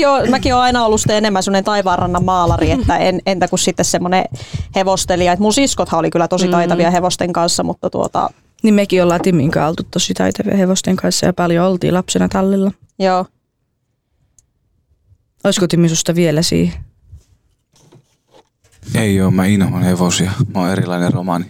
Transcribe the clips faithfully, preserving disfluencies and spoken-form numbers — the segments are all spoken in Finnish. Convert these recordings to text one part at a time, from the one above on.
mäkin oon, mäkin oon aina ollut sitten enemmän semmoinen taivaanrannan maalari, että en, entä kuin sitten semmoinen hevostelija. Et mun siskothan oli kyllä tosi taitavia mm. hevosten kanssa, mutta tuota... Niin mekin ollaan Timin kanssa oltu tosi taitavia hevosten kanssa ja paljon oltiin lapsena tallilla. Joo. Olisiko Timi susta vielä siihen? Ei oo, mä inhoan hevosia. Mä oon erilainen romaani.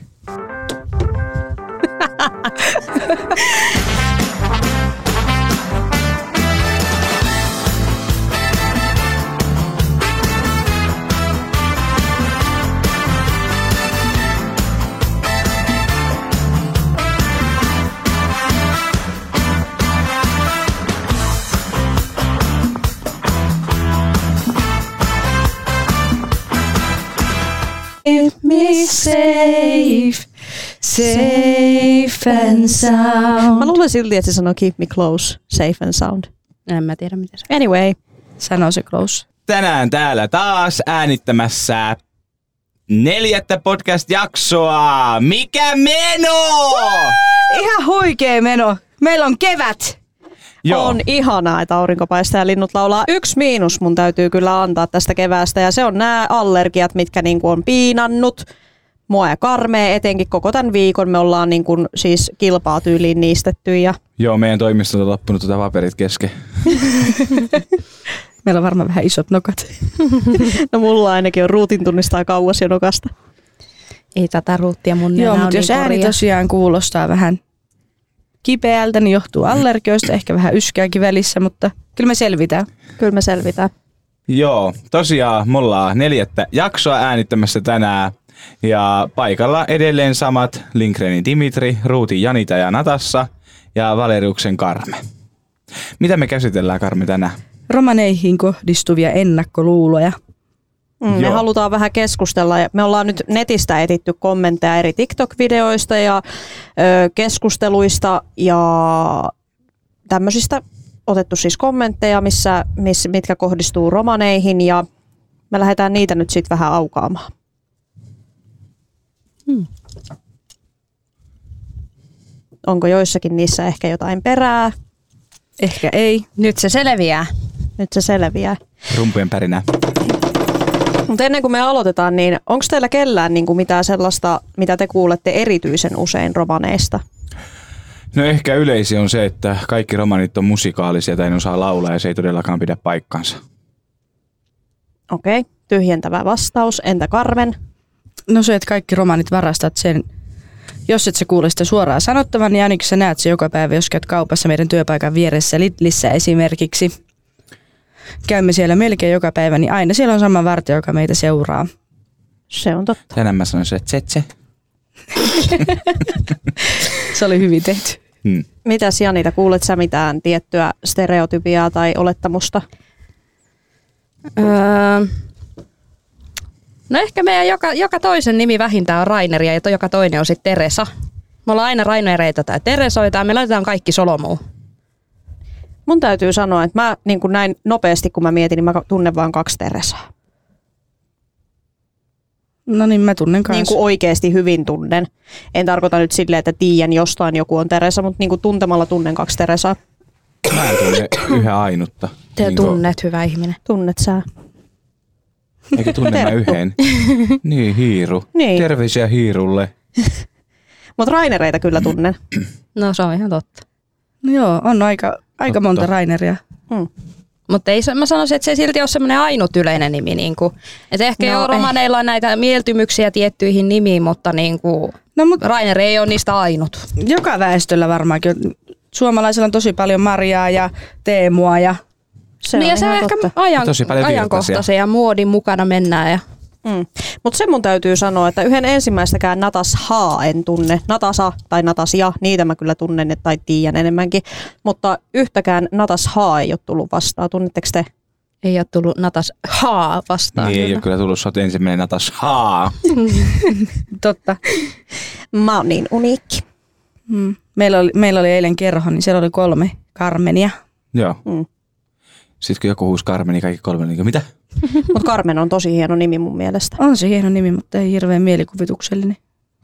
Keep me safe, safe and sound. Mä luulen silti, että se sanoo keep me close, safe and sound. En mä tiedä, mitä se on. Anyway. Sanoo se close. Tänään täällä taas äänittämässä neljättä podcast-jaksoa. Mikä meno? Ihan huikea meno. Meillä on kevät. Joo. On ihanaa, että aurinko paistaa ja linnut laulaa. Yksi miinus mun täytyy kyllä antaa tästä keväästä ja se on nämä allergiat, mitkä niinku on piinannut. Mua ja Karmea etenkin koko tämän viikon me ollaan niinku siis kilpaa tyyliin niistetty. Ja... Joo, meidän toimistolta on loppunut tuota paperit kesken. Meillä on varmaan vähän isot nokat. No mulla ainakin on ruutin tunnistaa kauas jo nokasta. Ei tätä ruuttia mun nenä. Joo, mutta niin jos ääni korja. tosiaan kuulostaa vähän kipeältä, niin johtuu allergioista, ehkä vähän yskääkin välissä, mutta kyllä me selvitään. Kyllä me selvitään. Joo, tosiaan me ollaan neljättä jaksoa äänittämässä tänään. Ja paikalla edelleen samat Lindgrenin Dimitri, Ruutin Janita ja Natassa ja Valeriuksen Karme. Mitä me käsitellään, Karme, tänään? Romaneihin kohdistuvia ennakkoluuloja. Mm, me Joo. halutaan vähän keskustella. Me ollaan nyt netistä etitty kommentteja eri TikTok-videoista ja ö, keskusteluista ja tämmöisistä. Otettu siis kommentteja, missä, missä, mitkä kohdistuu romaneihin ja me lähdetään niitä nyt sitten vähän aukaamaan. Hmm. Onko joissakin niissä ehkä jotain perää? Ehkä ei. Nyt se selviää. Nyt se selviää. Rumpujen pärinä. Mutta ennen kuin me aloitetaan, niin onko teillä kellään niin kuin mitään sellaista, mitä te kuulette erityisen usein romaneista? No ehkä yleisi on se, että kaikki romanit on musikaalisia tai en osaa laulaa ja se ei todellakaan pidä paikkansa. Okei, okay. Tyhjentävä vastaus. Entä Karmen? No se, että kaikki romanit varastat sen, jos et sä kuule sitä suoraan sanottavan, niin ainakin sä näet se joka päivä, jos käyt kaupassa meidän työpaikan vieressä Lidlissä esimerkiksi. Käymme siellä melkein joka päivä, niin aina siellä on sama vartija, joka meitä seuraa. Se on totta. Tänään mä sanoisin, että tsetse. Se oli hyvin tehty. Hmm. Mitäs Janita, kuulet sä mitään tiettyä stereotypiaa tai olettamusta? Öö, no ehkä meidän joka, joka toisen nimi vähintään on Rainer ja joka toinen on sitten Teresa. Me ollaan aina Rainereita tai Teresoita ja me laitetaan kaikki Solomuun. Mun täytyy sanoa, että mä niin kuin näin nopeasti kun mä mietin, niin mä tunnen vaan kaksi Teresaa. No niin, mä tunnen kanssa. Niin kuin oikeasti hyvin tunnen. En tarkoita nyt silleen, että tiedän jostain joku on Teresa, mutta niin kuin tuntemalla tunnen kaksi Teresaa. Mä en tunne yhden ainutta. Te Niin tunnet, hyvä ihminen. Tunnet sä? Eikö tunne mä yhden? Niin, Hiiru. Niin. Terveisiä Hiirulle. Mutta Rainereita kyllä tunnen. No se on ihan totta. No joo, on aika, aika monta Raineria. Hmm. Mutta ei, mä sanoisin, että se ei silti ole semmoinen ainut yleinen nimi. Niinku. Että ehkä No, no, jo romaneilla on näitä mieltymyksiä tiettyihin nimiin, mutta niinku, No, mut Rainer ei ole niistä ainut. joka väestöllä varmaankin. Suomalaisilla on tosi paljon Mariaa ja Teemua ja Se niin on ja se on ihan ehkä totta. ajan, Tosi paljon ajankohtaisen ja muodin mukana mennään. Ja... Mm. Mutta sen mun täytyy sanoa, että yhden ensimmäistäkään Natashaa en tunne. Natasa tai Natasia, niitä mä kyllä tunnen tai tiedän enemmänkin. Mutta yhtäkään Natashaa ei ole tullut vastaan. Tunnetteko te? Ei ole tullut Natas haa vastaan. Niin ei ole kyllä tullut, sä oot ensimmäinen Natas haa. totta. Mä oon niin uniikki. Mm. Meillä, oli, meillä oli eilen kerho, niin siellä oli kolme Karmenia. Joo. Mm. Sitten kun joku huusi Karmeni, kaikki kolme, niin mitä? Mutta Carmen on tosi hieno nimi mun mielestä. On se hieno nimi, mutta ei hirveän mielikuvituksellinen.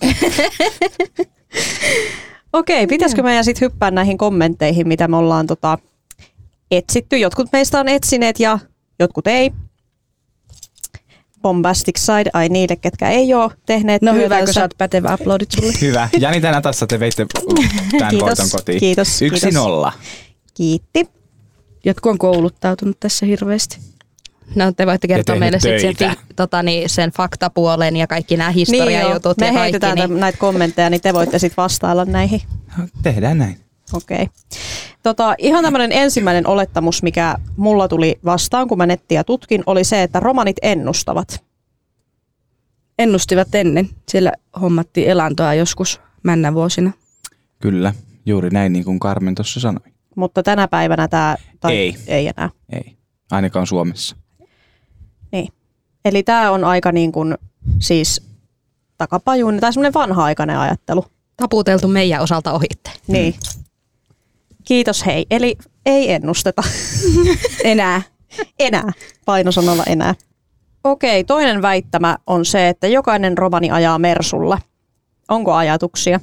Okei, pitäisikö meidän sitten hyppää näihin kommentteihin, mitä me ollaan tota, etsitty. Jotkut meistä on etsineet ja jotkut ei. Bombastic Side, ai niille, ketkä ei ole tehneet No työtänsä. hyvä, kun saat pätevä uploadit sulle. Hyvä. Janita ja Natassa te veitte tämän Kiitos, voiton kotiin. kiitos, Yksi kiitos. nolla. Kiitti. Jotkut on kouluttautunut tässä hirveästi. No te voitte kertoa tehnyt meille sitten sen, töitä. fi- tota, niin, sen faktapuolen ja kaikki nämä Niin historiajutut me ja kaikki. heitetään Niin. näitä kommentteja, niin te voitte sitten vastailla näihin. Tehdään näin. Okei. Okay. Tota, ihan tämmöinen ensimmäinen olettamus, mikä mulla tuli vastaan, kun mä nettiä tutkin, oli se, että romanit ennustavat. Ennustivat ennen. Siellä hommattiin elantoa joskus männä vuosina. Kyllä, juuri näin niin kuin Carmen tuossa sanoi. Mutta tänä päivänä tämä Ei. ei enää. Ei, ainakaan Suomessa. Niin. Eli tämä on aika niin kuin, siis takapajuinen tai semmoinen vanha-aikainen ajattelu. Taputeltu meidän osalta ohitte. Niin. Kiitos hei. Eli ei ennusteta. Enää. Enää. Painosanalla enää. Okei, toinen väittämä on se, että jokainen romani ajaa Mersulla. Onko ajatuksia?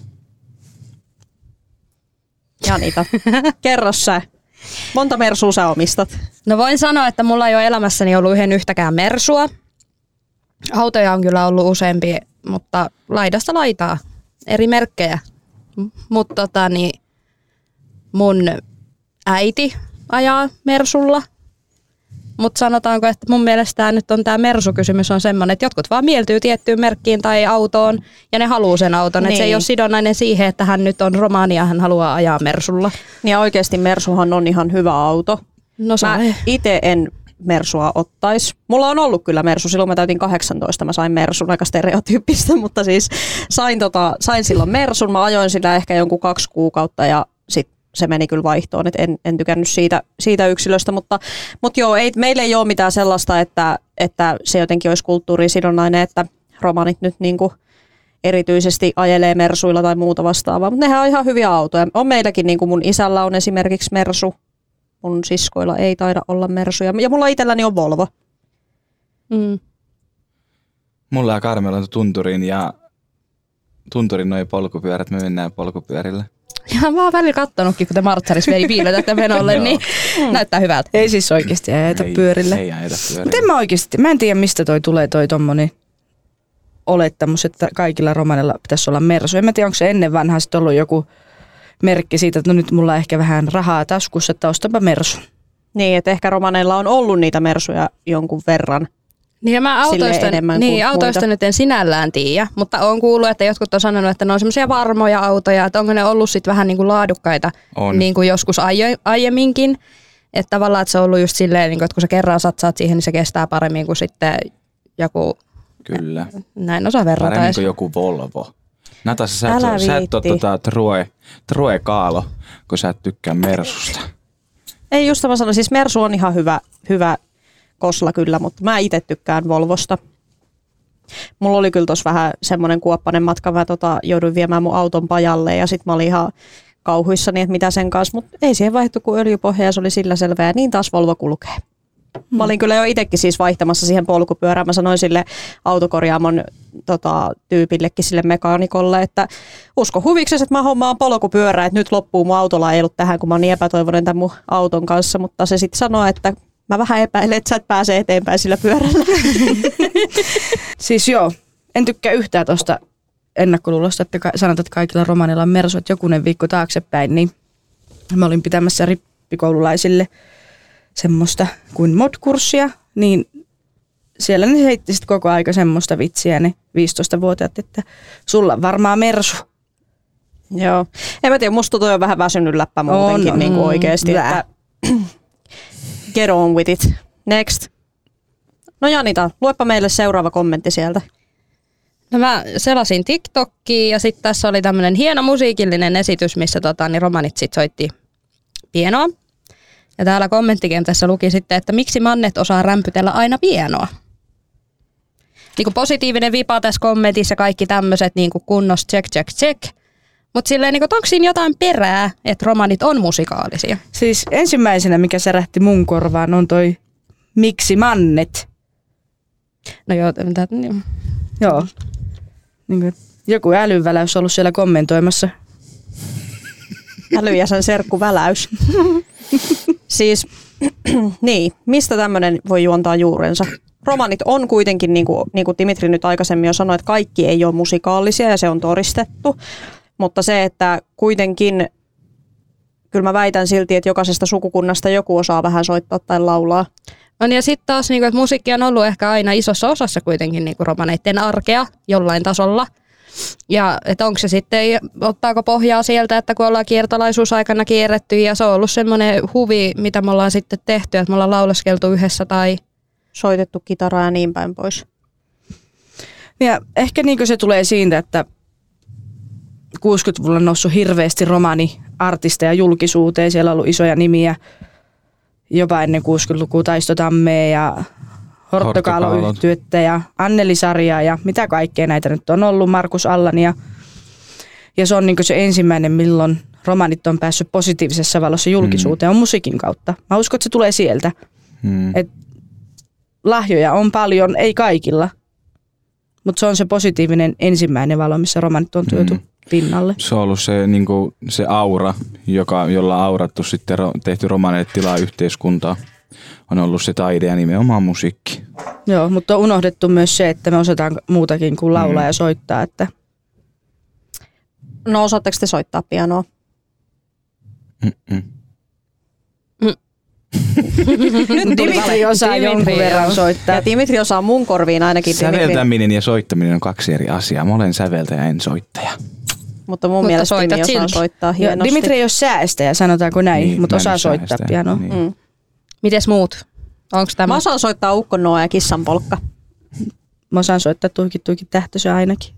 Janita, kerro sä. Monta Mersua sä omistat? No voin sanoa, että mulla ei ole elämässäni ollut yhden yhtäkään Mersua. Autoja on kyllä ollut useampi, mutta laidasta laitaa. Eri merkkejä. Mutta tota, niin mun äiti ajaa Mersulla. Mutta sanotaanko, että mun mielestä tää nyt on tämä Mersu-kysymys on semmoinen, että jotkut vaan mieltyy tiettyyn merkkiin tai autoon ja ne haluaa sen auton. Niin. Että se ei Niin. ole sidonnainen siihen, että hän nyt on romaani ja hän haluaa ajaa Mersulla. Ja oikeasti Mersuhan on ihan hyvä auto. No se Mä itse en Mersua ottaisi. Mulla on ollut kyllä Mersu. Silloin mä täytin kahdeksantoista, mä sain Mersun, aika stereotyyppistä, mutta siis sain, tota, sain silloin Mersun. Mä ajoin sillä ehkä jonkun kaksi kuukautta ja sit se meni kyllä vaihtoon, että en, en tykännyt siitä, siitä yksilöstä, mutta, mutta joo, ei, meillä ei ole mitään sellaista, että, että se jotenkin olisi kulttuurisidonnainen, että romanit nyt niin kuin erityisesti ajelee Mersuilla tai muuta vastaavaa, mutta nehän on ihan hyviä autoja. On meilläkin, niin kuin mun isällä on esimerkiksi Mersu, mun siskoilla ei taida olla Mersuja, ja mulla itselläni on Volvo. Mm. Mulla ja Carmella on tunturin ja tunturin noi polkupyörät, me mennään polkupyörillä. Ja mä oon välillä kattonutkin, kun te Martsaris vei piilotätte menolle, niin näyttää hyvältä. Ei siis oikeasti ajeta Ei- pyörillä. Ei ajeta Mutta pyörillä. en mä oikeasti, mä en tiedä mistä toi tulee toi tommonen olettamus, että kaikilla romaneilla pitäisi olla Mersu. En mä tiedä, onko se ennen vanhaa sitten ollut joku merkki siitä, että no nyt mulla on ehkä vähän rahaa taskussa, että ostanpa Mersu. Niin, että ehkä romaneilla on ollut niitä Mersuja jonkun verran. Niin ja mä autoista, Silleen enemmän niin, kuin autoista muita. nyt en sinällään tiedä, mutta oon kuullut, että jotkut on sanonut, että ne on semmoisia varmoja autoja, että onko ne ollut sitten vähän niin kuin laadukkaita On. niin kuin joskus aie, aiemminkin. Että tavallaan että se on ollut just silleen, niin kuin, että kun sä kerran satsaat siihen, niin se kestää paremmin kuin sitten joku, Kyllä. näin osaa verrata Paremmin edes. kuin joku Volvo. Natassa, sä Älä et, sä et ole viitti. tota Troe, Troe Kaalo, kun sä et tykkää Mersusta. Ei just mä sanoin, siis Mersu on ihan hyvä, hyvä kosla kyllä, mutta mä itse tykkään Volvosta. Mulla oli kyllä tossa vähän semmoinen kuoppainen matka, mä tota, jouduin viemään mun auton pajalle ja sit mä olin ihan kauhuissani, että mitä sen kanssa, mutta ei siihen vaihtu kuin öljypohja ja se oli sillä selvää ja niin taas Volvo kulkee. Mä olin kyllä jo itsekin siis vaihtamassa siihen polkupyörään. Mä sanoin sille autokorjaamon tota, tyypillekin, sille mekaanikolle, että usko huviksesi, että mä hommaan polkupyörää, että nyt loppuu mun autolla ei ollut tähän, kun mä oon niin epätoivoinen tämän mun auton kanssa, mutta se sitten sanoi, että mä vähän epäilen, että sä et pääse eteenpäin sillä pyörällä. Siis joo, en tykkää yhtään tuosta ennakkoluulosta, että ka- sanotaan, että kaikilla romaneilla on Mersu, että jokunen viikko taaksepäin, niin mä olin pitämässä rippikoululaisille semmoista kuin mod-kurssia, niin siellä ne heitti sit koko aika semmoista vitsiä ne viisitoistavuotiaat, että sulla on varmaan Mersu. Joo. En mä tiedä, musta toi on vähän väsynyt läppä muutenkin On, niin kuin mm, oikeasti. blä. Että get on with it. Next. No Janita, luepa meille seuraava kommentti sieltä. No mä selasin TikTokia ja sitten tässä oli tämmöinen hieno musiikillinen esitys, missä tota, niin romanit sit soitti pienoa. Ja täällä kommenttikentässä luki sitten, että miksi mannet osaa rämpytellä aina pienoa. Niin kuin positiivinen vipa tässä kommentissa, kaikki tämmöiset niin kuin kunnos check, check, check. Mutta silleen, niin kuin, onko siinä jotain perää, että romanit on musikaalisia? Siis ensimmäisenä, mikä särähti mun korvaan, on toi miksi mannet. No joo, mitä, niin. Joo. Niin kuin joku älyväläys on ollut siellä kommentoimassa. Äly ja sen serkku väläys. Siis niin, mistä tämmöinen voi juontaa juurensa? Romanit on kuitenkin, niin kuin, niin kuin Dimitri nyt aikaisemmin jo sanoi, että kaikki ei ole musikaalisia ja se on todistettu. Mutta se, että kuitenkin, kyllä mä väitän silti, että jokaisesta sukukunnasta joku osaa vähän soittaa tai laulaa. On ja sitten taas, niin kuin, että musiikki on ollut ehkä aina isossa osassa kuitenkin niin kuin romaneiden arkea jollain tasolla. Ja että onko se sitten, ottaako pohjaa sieltä, että kun ollaan kiertolaisuusaikana kierretty ja se on ollut semmoinen huvi, mitä me ollaan sitten tehty, että me ollaan lauleskeltu yhdessä tai soitettu kitaraa ja niin päin pois. Ja ehkä niin se tulee siitä, että kuusikymmentäluvulla on noussut hirveästi romani-artisteja julkisuuteen. Siellä on ollut isoja nimiä jopa ennen kuusikymmentälukua, Taisto Tammea ja Horttokaalo-yhtyettä ja Anneli-sarjaa ja mitä kaikkea näitä nyt on ollut, Markus Allania. Ja se on niin se ensimmäinen, milloin romanit on päässyt positiivisessa valossa julkisuuteen, on musiikin kautta. Mä uskon, että se tulee sieltä. Hmm. Et lahjoja on paljon, ei kaikilla, mutta se on se positiivinen ensimmäinen valo, missä romanit on tuotu hmm. pinnalle. Se on ollut se, niin kuin, se aura, joka, jolla on aurattu sitten tehty romaneille tilaa yhteiskuntaa. On ollut se taide ja nimenomaan musiikki. Joo, mutta on unohdettu myös se, että me osataan muutakin kuin laulaa mm. ja soittaa. Että... No osaatteko te soittaa pianoa? Mm. Nyt Dimitri osaa Dimitri jonkun verran soittaa. Ja Dimitri osaa mun korviin ainakin. Säveltäminen ja soittaminen on kaksi eri asiaa. Mä olen säveltäjä, en soittaja. Mutta mun mutta mielestä Dimi osaa soittaa hienosti. Dimitri ei ole säästäjä, sanotaanko näin, niin, mutta osaa soittaa säästä. Pianoa. Niin. Mm. Mites muut? Onks tämä? Mä osaan soittaa ukkonnoa ja kissanpolkka. Mä osaan soittaa tuikin tuikin tähtösä ainakin.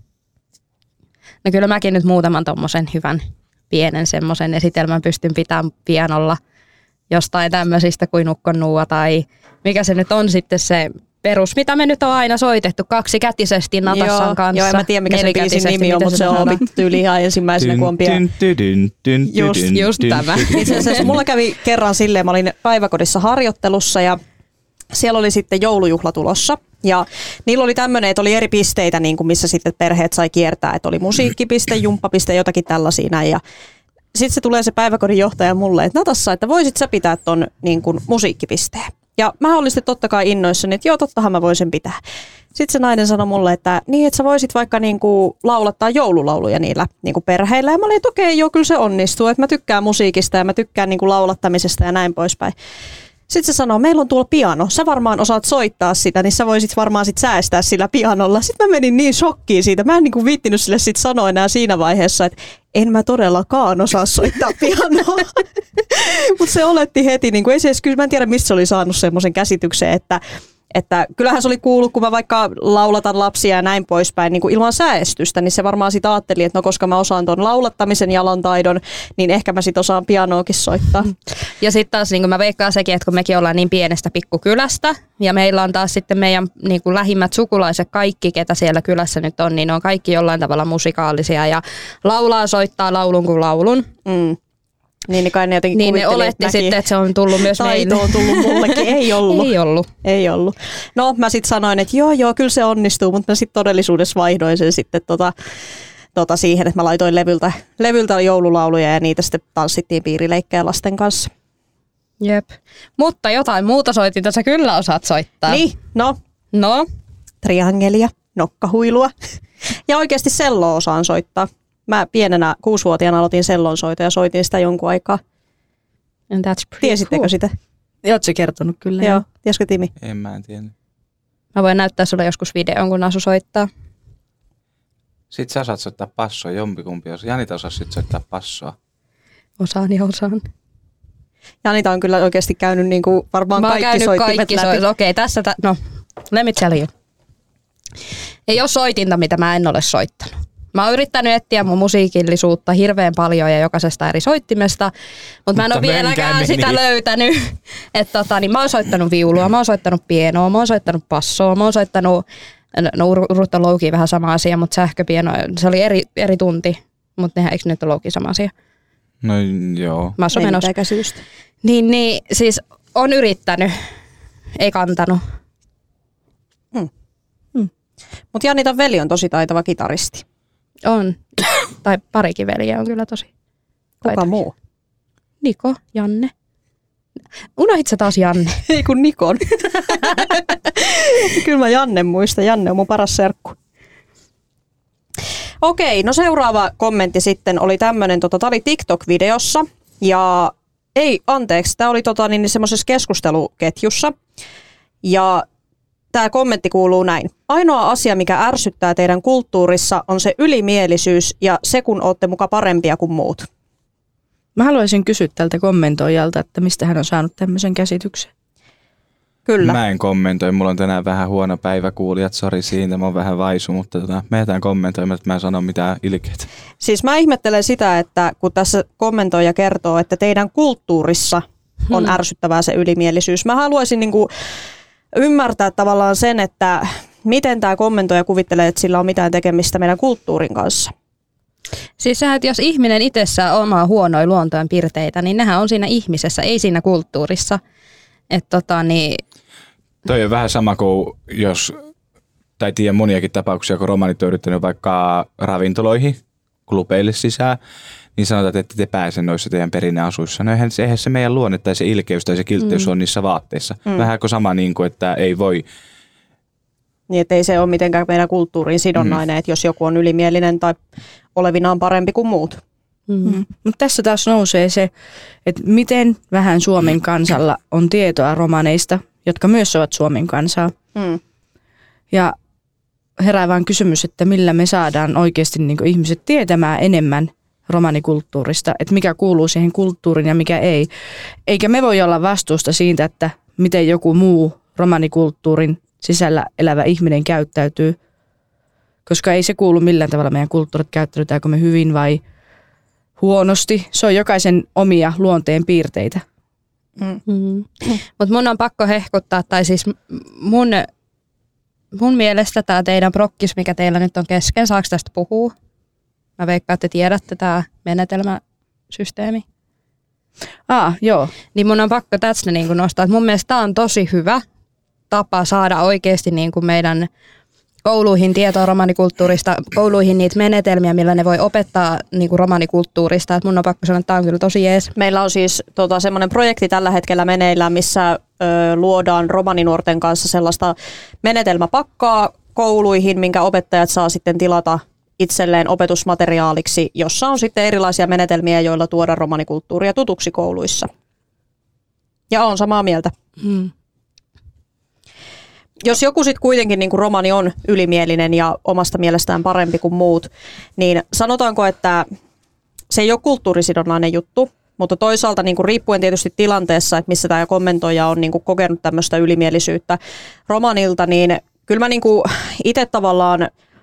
No kyllä mäkin nyt muutaman tommosen hyvän pienen semmoisen esitelmän pystyn pitämään pianolla jostain tämmöisistä kuin ukkonnuua tai mikä se nyt on sitten se perus, mitä me nyt on aina soitettu kaksikätisesti Natassan joo, kanssa. Joo, en mä tiedä mikä se biisin nimi on, mutta se on opittu yli ihan ensimmäisenä, kun on pian. Just, just tämä. Itse asiassa mulla kävi kerran silleen, mä olin päiväkodissa harjoittelussa ja siellä oli sitten joulujuhla tulossa. Ja niillä oli tämmöinen, että oli eri pisteitä, niin kuin missä sitten perheet sai kiertää, että oli musiikkipiste, jumppapiste, jotakin tällaisia näin. Ja sitten se tulee se päiväkodin johtaja mulle, että Natassa, että voisit sä pitää ton niin kuin musiikkipisteen. Ja mä olin sitten totta kai innoissani, että joo, tottahan mä voisin pitää. Sitten se nainen sanoi mulle, että niin, että sä voisit vaikka niinku laulattaa joululauluja niillä niinku perheillä. Ja mä olin, että okei, joo, kyllä se onnistuu, että mä tykkään musiikista ja mä tykkään niinku laulattamisesta ja näin poispäin. Sitten se sanoo, meillä on tuolla piano, sä varmaan osaat soittaa sitä, niin sä voisit varmaan sit säästää sillä pianolla. Sitten mä menin niin shokkiin siitä, mä en niinku viittinyt sille sit sanoa enää siinä vaiheessa, että en mä todellakaan osaa soittaa pianoa. Mutta se oletti heti, niinku, ei se edes, kyllä mä en tiedä mistä se oli saanut semmoisen käsityksen, että Että kyllähän se oli kuullut, kun mä vaikka laulatan lapsia ja näin poispäin niin kuin ilman säästystä, niin se varmaan sitten ajatteli, että no koska mä osaan ton laulattamisen jalantaidon, niin ehkä mä sitten osaan pianoakin soittaa. Ja sitten taas niin kuin mä veikkaan sekin, että kun mekin ollaan niin pienestä pikkukylästä ja meillä on taas sitten meidän niin kuin lähimmät sukulaiset, kaikki ketä siellä kylässä nyt on, niin ne on kaikki jollain tavalla musikaalisia ja laulaa, soittaa laulun kuin laulun. Mm. Niin, niin kai ne jotenkin niin ne oletti että sitten, että se on tullut myös meille. Taito on tullut mullekin. Ei ollut. Ei ollut. Ei ollut. No mä sitten sanoin, että joo joo, kyllä se onnistuu, mutta mä sitten todellisuudessa vaihdoin sen sitten tota, tota siihen, että mä laitoin levyltä, levyltä joululauluja ja niitä sitten tanssittiin piirileikkejä lasten kanssa. Jep. Mutta jotain muuta soitinta sä kyllä osaat soittaa. Niin, no. No? Triangelia, nokkahuilua ja oikeasti selloa osaan soittaa. Mä pienenä kuusivuotiaana aloitin sellonsoito ja soitin sitä jonkun aikaa. And that's Tiesittekö cool. sitä? Oot sä kertonut kyllä. Joo. Tiesikö Timi? En mä en tiedä. Mä voin näyttää sulle joskus videon, kun Asu soittaa. Sitten sä osaat soittaa passoa jompikumpi. Jos Janita osaa sitten soittaa passoa. Osaan ja osaan. Janita on kyllä oikeasti käynyt niin kuin varmaan Mä kaikki soittimet kaikki läpi. Okei, okay, tässä, ta- no, let me tell you. Ei ole soitinta, mitä mä en ole soittanut. Mä oon yrittänyt etsiä mun musiikillisuutta hirveän paljon ja jokaisesta eri soittimesta, mutta, mutta mä en ole vieläkään sitä löytänyt. Et tota, niin mä oon soittanut viulua, mä oon soittanut pienoa, mä oon soittanut passoa, mä oon soittanut, no Urutta Louki vähän sama asia, mutta sähköpieno, se oli eri, eri tunti, mutta nehän eikö nyt ole Louki sama asia? No joo. Mä oon menossa. Syystä. Niin, niin, siis on yrittänyt, ei kantanut. Hmm. Hmm. Mutta Janitan veli on tosi taitava kitaristi. On. Tai parikin veljeä on kyllä tosi taitavia. Kuka muu? Niko, Janne. Unohit sä taas Janne? Ei kun Nikon. Kyllä mä Janne muistan. Janne on mun paras serkku. Okei, no seuraava kommentti sitten oli tämmönen, tota, tää oli TikTok-videossa ja ei, anteeksi, tää oli tota, niin, semmoisessa keskusteluketjussa ja tää kommentti kuuluu näin. Ainoa asia, mikä ärsyttää teidän kulttuurissa on se ylimielisyys ja se, kun ootte muka parempia kuin muut. Mä haluaisin kysyä tältä kommentoijalta, että mistä hän on saanut tämmöisen käsityksen. Kyllä. Mä en kommentoi, mulla on tänään vähän huono päivä, kuulijat, sori siitä, mä oon vähän vaisu, mutta tota, mä jätän kommentoimaan, että mä en sano mitään ilkeitä. Siis mä ihmettelen sitä, että kun tässä kommentoija kertoo, että teidän kulttuurissa on hmm. ärsyttävää se ylimielisyys. Mä haluaisin niinku ymmärtää tavallaan sen, että miten tämä kommentoija kuvittelee, että sillä on mitään tekemistä meidän kulttuurin kanssa. Siis sehän, että jos ihminen itsessään omaa huonoja luontojen piirteitä, niin nehän on siinä ihmisessä, ei siinä kulttuurissa. Että tota niin... Toi on vähän sama kuin jos, tai tiedän moniakin tapauksia, kun romanit on yrittänyt vaikka ravintoloihin, klubeille sisään, niin sanotaan, että te pääse noissa teidän perinneasuissa. No eihän se, eihän se meidän luonne tai se ilkeys tai se kiltteys mm. on niissä vaatteissa. Mm. Vähän kuin sama, niin kuin, että ei voi... Niin, että ei se ole mitenkään meidän kulttuuriin sidonnainen, mm. että jos joku on ylimielinen tai olevinaan parempi kuin muut. Mm. Mm. Mutta tässä taas nousee se, että miten vähän Suomen kansalla on tietoa romaneista, jotka myös ovat Suomen kansaa. Mm. Ja herää vaan kysymys, että millä me saadaan oikeasti niin kuin ihmiset tietämään enemmän romanikulttuurista, että mikä kuuluu siihen kulttuuriin ja mikä ei. Eikä me voi olla vastuusta siitä, että miten joku muu romanikulttuurin sisällä elävä ihminen käyttäytyy, koska ei se kuulu millään tavalla meidän kulttuurit, käyttäydytäänkö me hyvin vai huonosti. Se on jokaisen omia luonteen piirteitä. Mm. Mm. Mutta mun on pakko hehkuttaa, tai siis mun, mun mielestä tämä teidän prokkis, mikä teillä nyt on kesken, saako tästä puhua? Mä veikkaan, että te tiedätte tämä menetelmäsysteemi. Ah, joo. Niin mun on pakko tässä niin nostaa, että mun mielestä tämä on tosi hyvä tapa saada oikeasti niin kuin meidän kouluihin tietoa romanikulttuurista, kouluihin niitä menetelmiä, millä ne voi opettaa niin kuin romanikulttuurista. Et mun on pakko sanoa, että tämä on kyllä tosi jees. Meillä on siis tota, semmoinen projekti tällä hetkellä meneillään, missä ö, luodaan romaninuorten kanssa sellaista menetelmäpakkaa kouluihin, minkä opettajat saa sitten tilata itselleen opetusmateriaaliksi, jossa on sitten erilaisia menetelmiä, joilla tuoda romanikulttuuria tutuksi kouluissa. Ja on samaa mieltä. Hmm. Jos joku sitten kuitenkin niin kuin romani on ylimielinen ja omasta mielestään parempi kuin muut, niin sanotaanko, että se ei ole kulttuurisidonnainen juttu, mutta toisaalta niin kuin riippuen tietysti tilanteessa, että missä tämä kommentoija on niin kuin kokenut tämmöistä ylimielisyyttä romanilta, niin kyllä mä niin kuin itse tavallaan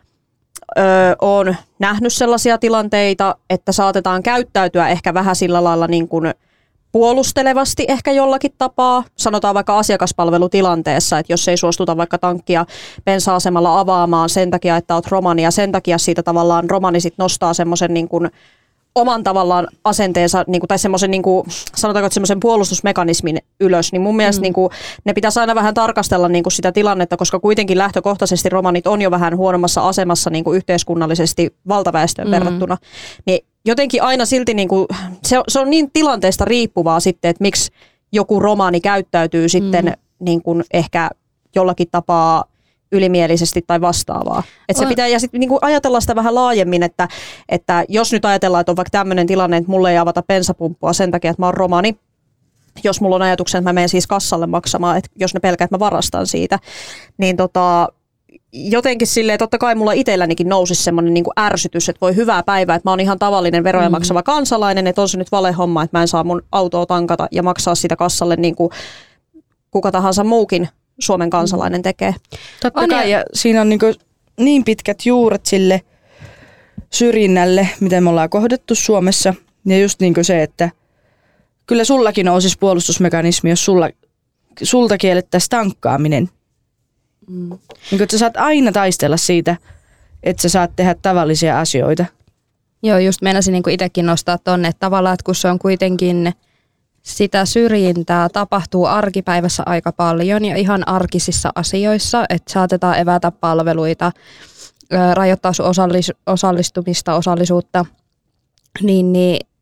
ö, olen nähnyt sellaisia tilanteita, että saatetaan käyttäytyä ehkä vähän sillä lailla niin kuin puolustelevasti ehkä jollakin tapaa, sanotaan vaikka asiakaspalvelutilanteessa, että jos ei suostuta vaikka tankkia bensa-asemalla avaamaan sen takia, että olet romani ja sen takia siitä tavallaan romani sit nostaa semmoisen niin kuin oman tavallaan asenteensa niin kuin, tai semmoisen niin kuin, sanotaanko, että semmoisen puolustusmekanismin ylös, niin mun mielestä mm. niin kuin, ne pitäisi aina vähän tarkastella niin kuin sitä tilannetta, koska kuitenkin lähtökohtaisesti romanit on jo vähän huonommassa asemassa niin kuin yhteiskunnallisesti valtaväestöön mm. verrattuna, niin jotenkin aina silti niin kuin, se, se on niin tilanteesta riippuvaa sitten, että miksi joku romani käyttäytyy sitten mm. niin kuin ehkä jollakin tapaa ylimielisesti tai vastaavaa. Että se pitää ja sit niinku ajatella sitä vähän laajemmin, että, että jos nyt ajatellaan, että on vaikka tämmöinen tilanne, että mulle ei avata bensapumppua sen takia, että mä oon romani, jos mulla on ajatuksen, että mä menen siis kassalle maksamaan, että jos ne pelkää, että mä varastan siitä, niin tota, jotenkin silleen, totta kai mulla itsellänikin nousisi semmoinen niinku ärsytys, että voi hyvää päivää, että mä oon ihan tavallinen veroja maksava kansalainen, että on se nyt valehomma, että mä en saa mun autoa tankata ja maksaa sitä kassalle niin kuin kuka tahansa muukin Suomen kansalainen tekee. Totta kai, ja siinä on niin, niin pitkät juuret sille syrjinnälle, miten me ollaan kohdattu Suomessa. Ja just niin kuin se, että kyllä sullakin nousisi puolustusmekanismi, jos sulla, sulta kiellettäisiin tankkaaminen. Mm. Niin kuin, että sä saat aina taistella siitä, että sä saat tehdä tavallisia asioita. Joo, just meinasin niin kuin itsekin nostaa tonne, että tavallaan, että kun se on kuitenkin sitä syrjintää tapahtuu arkipäivässä aika paljon ja ihan arkisissa asioissa, että saatetaan evätä palveluita, rajoittaa sun osallis- osallistumista, osallisuutta, niin, niin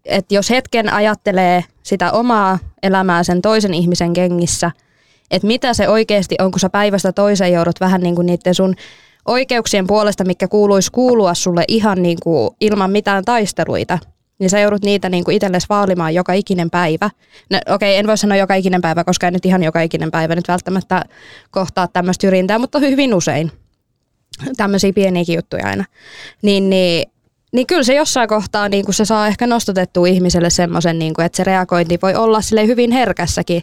että jos hetken ajattelee sitä omaa elämää sen toisen ihmisen kengissä, että mitä se oikeasti on, kun sä päivästä toiseen joudut vähän niin kuin niiden sun oikeuksien puolesta, mikä kuuluisi kuulua sulle ihan niin kuin ilman mitään taisteluita, niin sä joudut niitä niin kuin itsellesi vaalimaan joka ikinen päivä. No, okei, en voi sanoa joka ikinen päivä, koska en nyt ihan joka ikinen päivä nyt välttämättä kohtaa tämmöistä syrjintää, mutta hyvin usein tämmöisiä pieniäkin juttuja aina. Niin, niin, niin kyllä se jossain kohtaa niin kuin se saa ehkä nostatettua ihmiselle semmoisen, niin kuin, että se reagointi voi olla sille hyvin herkässäkin.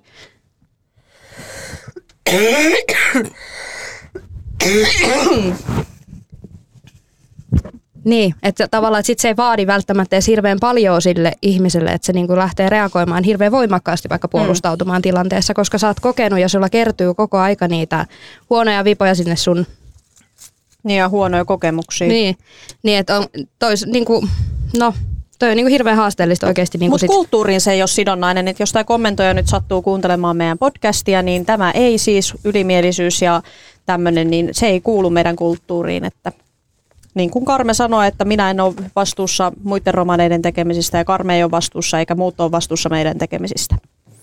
Niin, että tavallaan että sit se ei vaadi välttämättä edes hirveän paljon sille ihmiselle, että se niinku lähtee reagoimaan hirveän voimakkaasti vaikka puolustautumaan mm. tilanteessa, koska sä oot kokenut ja sulla kertyy koko aika niitä huonoja vipoja sinne sun... Niin ja huonoja kokemuksia. Niin, niin että on tois, niinku, no... Toi on niin kuin hirveän haasteellista oikeasti. Niin Mutta sit... kulttuuriin se ei ole sidonnainen, että jos tämä kommentoija nyt sattuu kuuntelemaan meidän podcastia, niin tämä ei siis ylimielisyys ja tämmöinen, niin se ei kuulu meidän kulttuuriin. Että niin kuin Karme sanoi, että minä en ole vastuussa muiden romaneiden tekemisistä ja Karme ei ole vastuussa eikä muut ole vastuussa meidän tekemisistä.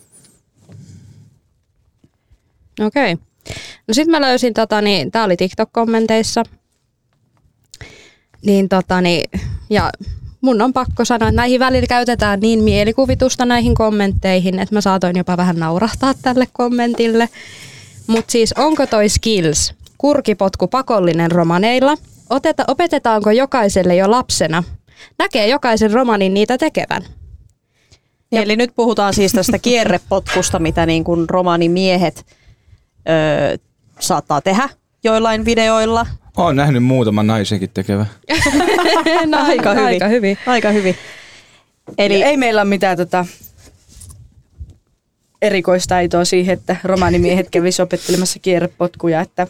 Okei. Okay. No sit mä löysin, tota, niin, tää oli TikTok-kommenteissa. Niin tota niin, ja... Mun on pakko sanoa, että näihin välillä käytetään niin mielikuvitusta näihin kommentteihin, että mä saatoin jopa vähän naurahtaa tälle kommentille. Mutta siis onko toi skills, kurkipotku pakollinen romaneilla? Oteta, opetetaanko jokaiselle jo lapsena? Näkee jokaisen romanin niitä tekevän. Ja eli nyt puhutaan siis tästä kierrepotkusta, mitä niin kuin romanimiehet öö, saattaa tehdä joillain videoilla. Olen nähnyt muutaman naisenkin tekevä. No, aika, hyvin. aika hyvin. Aika hyvin. Eli ei meillä ole mitään tota, erikoistaitoa siihen, että romanimiehet kävisi opettelemassa kierrepotkuja. Että...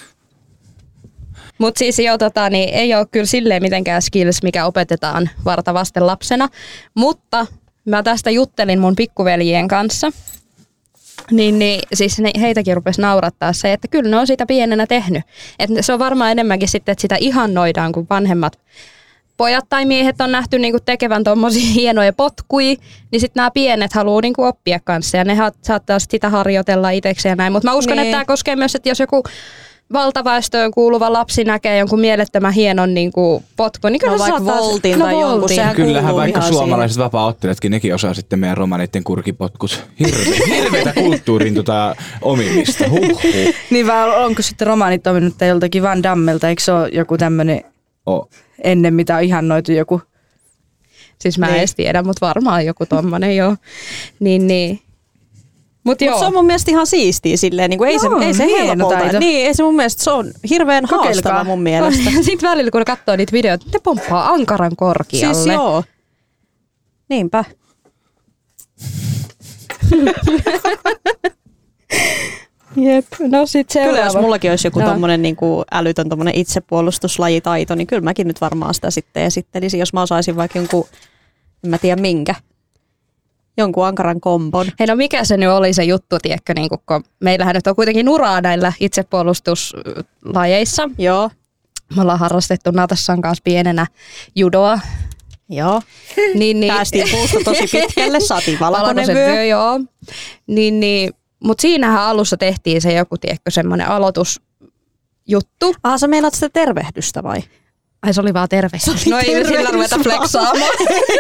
Mutta siis jo, tota, niin ei ole kyllä silleen mitenkään skills, mikä opetetaan varta vasten lapsena. Mutta mä tästä juttelin mun pikkuveljien kanssa. Niin, niin siis ne, heitäkin rupesi naurattaa se, että kyllä ne on sitä pienenä tehnyt. Et se on varmaan enemmänkin sitten, että sitä ihannoidaan, kun vanhemmat pojat tai miehet on nähty niinku tekevän tommosia hienoja potkuja, niin sitten nämä pienet haluaa niinku oppia kanssa ja ne ha- saattaa sitä harjoitella itsekseen ja näin. Mutta mä uskon, niin. että tämä koskee myös, että jos joku valtaväestöön kuuluva lapsi näkee jonkun mielettömän hienon niin kuin potkun, niin kyllä no, se vaikka saattaa... voltin no, tai jonkun, sehän kyllähän vaikka suomalaiset siihen. vapaa-ottelijatkin, nekin osaa sitten meidän romaneiden kurkipotkut. Hirve, hirveitä kulttuurin tota, omimista. Huhhuh. Niin vai onko sitten romaanit ominut joltakin Van Dammelta? Eikö se ole joku tämmöinen oh. ennen, mitä on ihannoitu joku? Siis mä en edes tiedä, mutta varmaan joku tommonen joo. Niin, niin. Mutta Mut se on mun mielestä ihan siistiä silleen, niin kuin ei, Joo, se, ei se helpolta. Niin, ei se mun mielestä, se on hirveän Kokeilkaa. haastava mun mielestä. Sitten välillä kun katsoo niitä videoita, ne pomppaa ankaran korkealle. Siis joo. Niinpä. Jep, no sit seuraava. Kyllä jos mullakin olisi joku no. tommonen niin kuin älytön tommonen itsepuolustuslajitaito, niin kyllä mäkin nyt varmaan sitä sitten esittelisin, jos mä osaisin vaikka jonkun, en mä tiedä minkä. Jonkun ankaran kombon. Hei, no mikä se nyt oli se juttu, tiedätkö, niin kun meillähän nyt on kuitenkin uraa näillä itsepuolustuslajeissa. Joo. Me ollaan harrastettu Natassan kanssa pienenä judoa. Joo. Niin, niin. Päästiin puusta tosi pitkälle, saatiin valkoinen vyö. Joo. Niin, niin. Mutta siinähän alussa tehtiin se joku, tiedätkö, semmoinen aloitusjuttu. Ah, sä meinaat sitä tervehdystä vai? Ai se oli vaan tervehdys. No ei me sillä ruveta flexaamaan.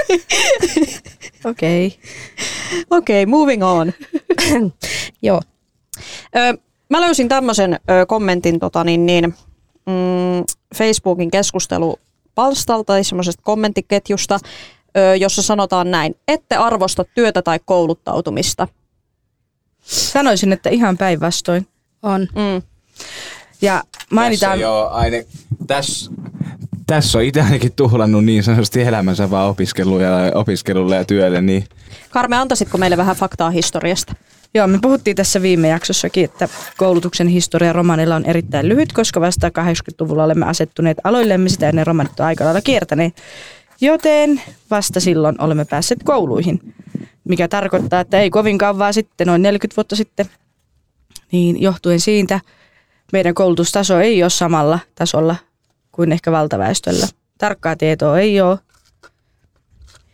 Okei. Okay. Okei, okay, moving on. Joo. Ö, mä löysin tämmöisen ö, kommentin tota, niin, niin, mm, Facebookin keskustelupalstalta tai semmoisesta kommenttiketjusta, ö, jossa sanotaan näin, ette arvosta työtä tai kouluttautumista. Sanoisin, että ihan päinvastoin. On. Mm. Ja mainitaan... Tässä, joo, aine, tässä, tässä on itse ainakin tuhlannut niin sanotusti elämänsä vaan opiskelulle ja, opiskelulle ja työlle. Niin. Karme, antaisitko meille vähän faktaa historiasta? Joo, me puhuttiin tässä viime jaksossakin, että koulutuksen historia romanilla on erittäin lyhyt, koska vasta kahdeksankymmentäluvulla olemme asettuneet aloillemme, sitä ennen romanit on aika lailla kiertäneet. Joten vasta silloin olemme päässeet kouluihin, mikä tarkoittaa, että ei kovin kauan sitten, noin neljäkymmentä vuotta sitten, niin johtuen siitä meidän koulutustaso ei ole samalla tasolla kuin ehkä valtaväestöllä. Tarkkaa tietoa ei ole.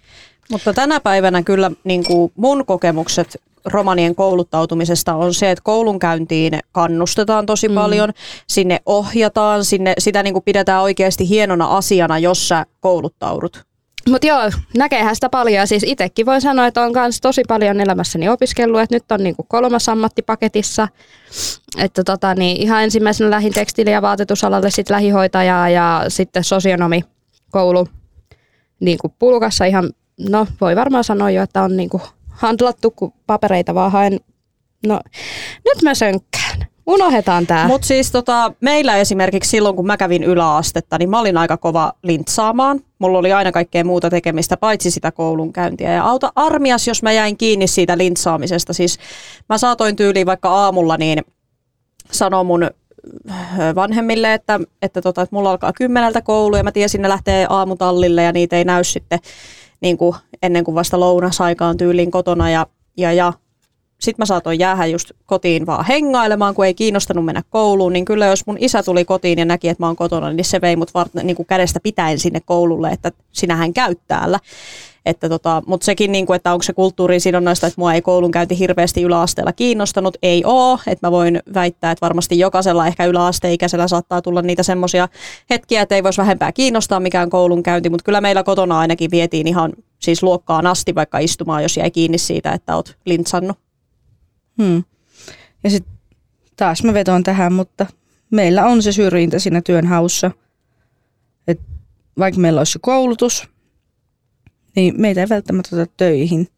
Mutta tänä päivänä kyllä niin kuin mun kokemukset romanien kouluttautumisesta on se, että koulunkäyntiin kannustetaan tosi mm. paljon, sinne ohjataan, sinne, sitä niin kuin pidetään oikeasti hienona asiana, jos sä kouluttaudut. Mutta joo, näkeehän sitä paljon ja siis itsekin voin sanoa, että on myös tosi paljon elämässäni opiskellut, että nyt on niinku kolmas ammatti-paketissa, että tota, niin ihan ensimmäisenä lähdin tekstiili- ja vaatetusalalle, sitten lähihoitajaa ja sitten sosionomikoulu niinku pulkassa ihan, no voi varmaan sanoa jo, että on niinku handlattu, kun papereita vaan haen, no nyt mä sönkkään. Unohdetaan tää. Mutta siis tota, meillä esimerkiksi silloin, kun mä kävin yläastetta, niin mä olin aika kova lintsaamaan. Mulla oli aina kaikkea muuta tekemistä, paitsi sitä koulunkäyntiä. Ja auta armias, jos mä jäin kiinni siitä lintsaamisesta. Siis mä saatoin tyyliin vaikka aamulla niin sanoa mun vanhemmille, että, että, tota, että mulla alkaa kymmeneltä koulu ja mä tiesin, ne lähtee aamutallille ja niitä ei näy sitten niin kuin ennen kuin vasta lounasaikaan tyyliin kotona ja, ja, ja. Sitten mä saatoin jäädä just kotiin vaan hengailemaan, kun ei kiinnostanut mennä kouluun, niin kyllä jos mun isä tuli kotiin ja näki, että mä oon kotona, niin se vei mut var- niin kuin kädestä pitäen sinne koululle, että sinähän käyt täällä. Että tota, mutta sekin, niin kuin, että onko se kulttuuriin sidonnaista, että mua ei koulunkäynti hirveästi yläasteella kiinnostanut, ei oo. Että mä voin väittää, että varmasti jokaisella ehkä yläasteikäisellä saattaa tulla niitä semmoisia hetkiä, että ei voisi vähempää kiinnostaa mikään koulunkäynti, mutta kyllä meillä kotona ainakin vietiin ihan siis luokkaan asti vaikka istumaan, jos jäi kiinni siitä, että oot lintsannut. Hmm. Ja sitten taas mä vetoan tähän, mutta meillä on se syrjintä siinä työnhaussa. Et vaikka meillä olisi koulutus, niin meitä ei välttämättä ota töihin.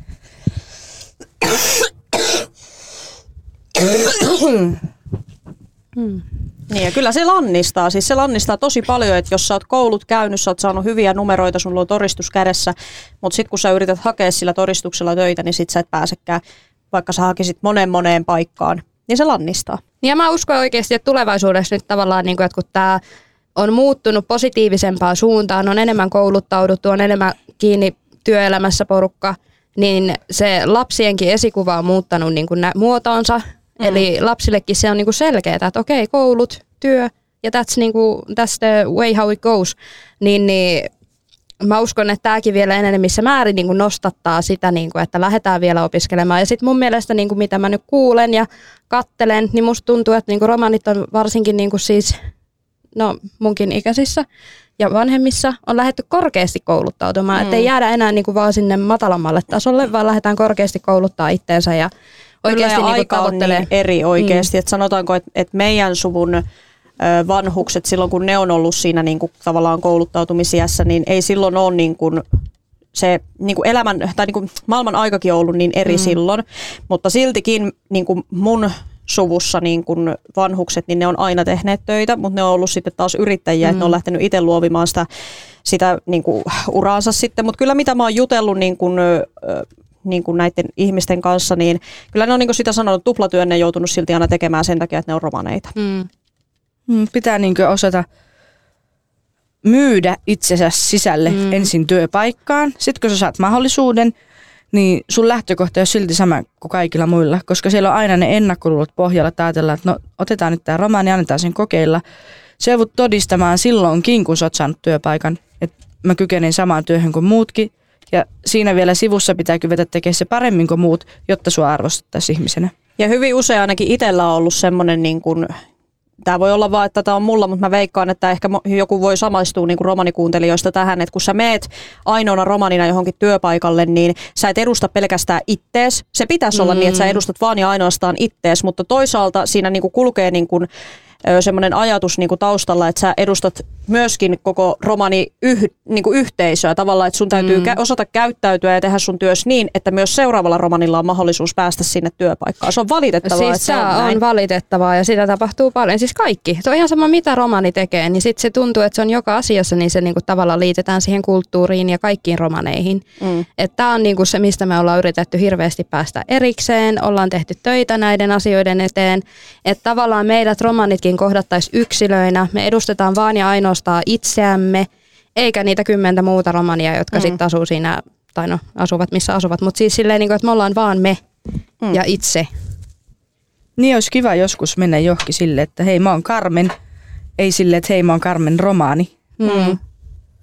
Hmm. Niin ja kyllä se lannistaa, siis se lannistaa tosi paljon, että jos sä oot koulut käynyt, sä oot saanut hyviä numeroita, sulla on todistus kädessä, mutta sitten kun sä yrität hakea sillä todistuksella töitä, niin sit sä et pääsekään, vaikka sä hakisit moneen moneen paikkaan, niin se lannistaa. Ja mä uskon oikeasti, että tulevaisuudessa nyt tavallaan, niin kuin, että kun tämä on muuttunut positiivisempaan suuntaan, on enemmän kouluttauduttu, on enemmän kiinni työelämässä porukka, niin se lapsienkin esikuva on muuttanut niin kuin muotoonsa. Mm. Eli lapsillekin se on niin kuin selkeää, että okei, koulut, työ ja that's, niin kuin, that's the way how it goes. Niin, niin mä uskon, että tämäkin vielä enemmissä määrin niin kuin nostattaa sitä, niin kuin, että lähdetään vielä opiskelemaan. Ja sitten mun mielestä, niin kuin mitä mä nyt kuulen ja kattelen, niin musta tuntuu, että niin kuin romanit on varsinkin niin kuin siis, no munkin ikäisissä ja vanhemmissa on lähdetty korkeasti kouluttautumaan. Mm. Että ei jäädä enää niin kuin vaan sinne matalammalle tasolle, vaan lähdetään korkeasti kouluttaa itteensä ja oikeasti Kyllä, ja niin aika tavoittelee. on niin eri oikeasti. Mm. Että sanotaanko, että, että meidän suvun ö, vanhukset silloin, kun ne on ollut siinä niin kuin tavallaan kouluttautumisiässä, niin ei silloin ole niin kuin se niin kuin elämän, tai niin kuin maailman aikakin on ollut niin eri mm. silloin. Mutta siltikin niin kuin mun suvussa niin kuin vanhukset, niin ne on aina tehneet töitä, mutta ne on ollut sitten taas yrittäjiä, mm. että ne on lähtenyt itse luovimaan sitä, sitä niin kuin uraansa sitten. Mutta kyllä mitä mä oon jutellut niin kuin, niin kuin näiden ihmisten kanssa, niin kyllä ne on niin kuin sitä sanonut, että tuplatyönne joutunut silti aina tekemään sen takia, että ne on romaneita. Mm. Pitää niin kuin osata myydä itsensä sisälle mm. ensin työpaikkaan. Sitten kun sä saat mahdollisuuden, niin sun lähtökohta on silti sama kuin kaikilla muilla, koska siellä on aina ne ennakkoluulot pohjalla, että ajatellaan, että no otetaan nyt tämä romaani ja annetaan sen kokeilla. Se joudut todistamaan silloinkin, kun sä oot saanut työpaikan, että mä kykenen samaan työhön kuin muutkin. Ja siinä vielä sivussa pitää kyetä tekemään se paremmin kuin muut, jotta sua arvostettaisiin ihmisenä. Ja hyvin usein ainakin itsellä on ollut semmoinen, niin kuin, tämä voi olla vaan, että tämä on mulla, mutta mä veikkaan, että ehkä joku voi samaistua niin kuin romanikuuntelijoista tähän, että kun sä meet ainoana romanina johonkin työpaikalle, niin sä et edusta pelkästään ittees. Se pitäisi mm. olla niin, että sä edustat vaan ja ainoastaan ittees, mutta toisaalta siinä niin kuin kulkee niin kuin semmoinen ajatus niin kuin taustalla, että sä edustat myöskin koko romani yh, niin kuin yhteisöä tavallaan, että sun täytyy mm. kä- osata käyttäytyä ja tehdä sun työs niin, että myös seuraavalla romanilla on mahdollisuus päästä sinne työpaikkaan. Se on valitettavaa, siis että se on näin. on valitettavaa ja sitä tapahtuu paljon. Siis kaikki. Se on ihan sama, mitä romani tekee, niin sitten se tuntuu, että se on joka asiassa, niin se niinku tavallaan liitetään siihen kulttuuriin ja kaikkiin romaneihin. Mm. Tämä on niinku se, mistä me ollaan yritetty hirveästi päästä erikseen. Ollaan tehty töitä näiden asioiden eteen. Että tavallaan meidät romanitkin kohdattaisiin yksilöinä. Me edustetaan vaan ja ainoastaan itseämme, eikä niitä kymmentä muuta romania, jotka mm. sitten asuu siinä, tai no asuvat missä asuvat, mutta siis silleen, että me ollaan vaan me mm. ja itse. Niin olisi kiva joskus mennä johonkin silleen, että hei mä oon Carmen, ei silleen, että hei mä oon Carmen romaani. Mm.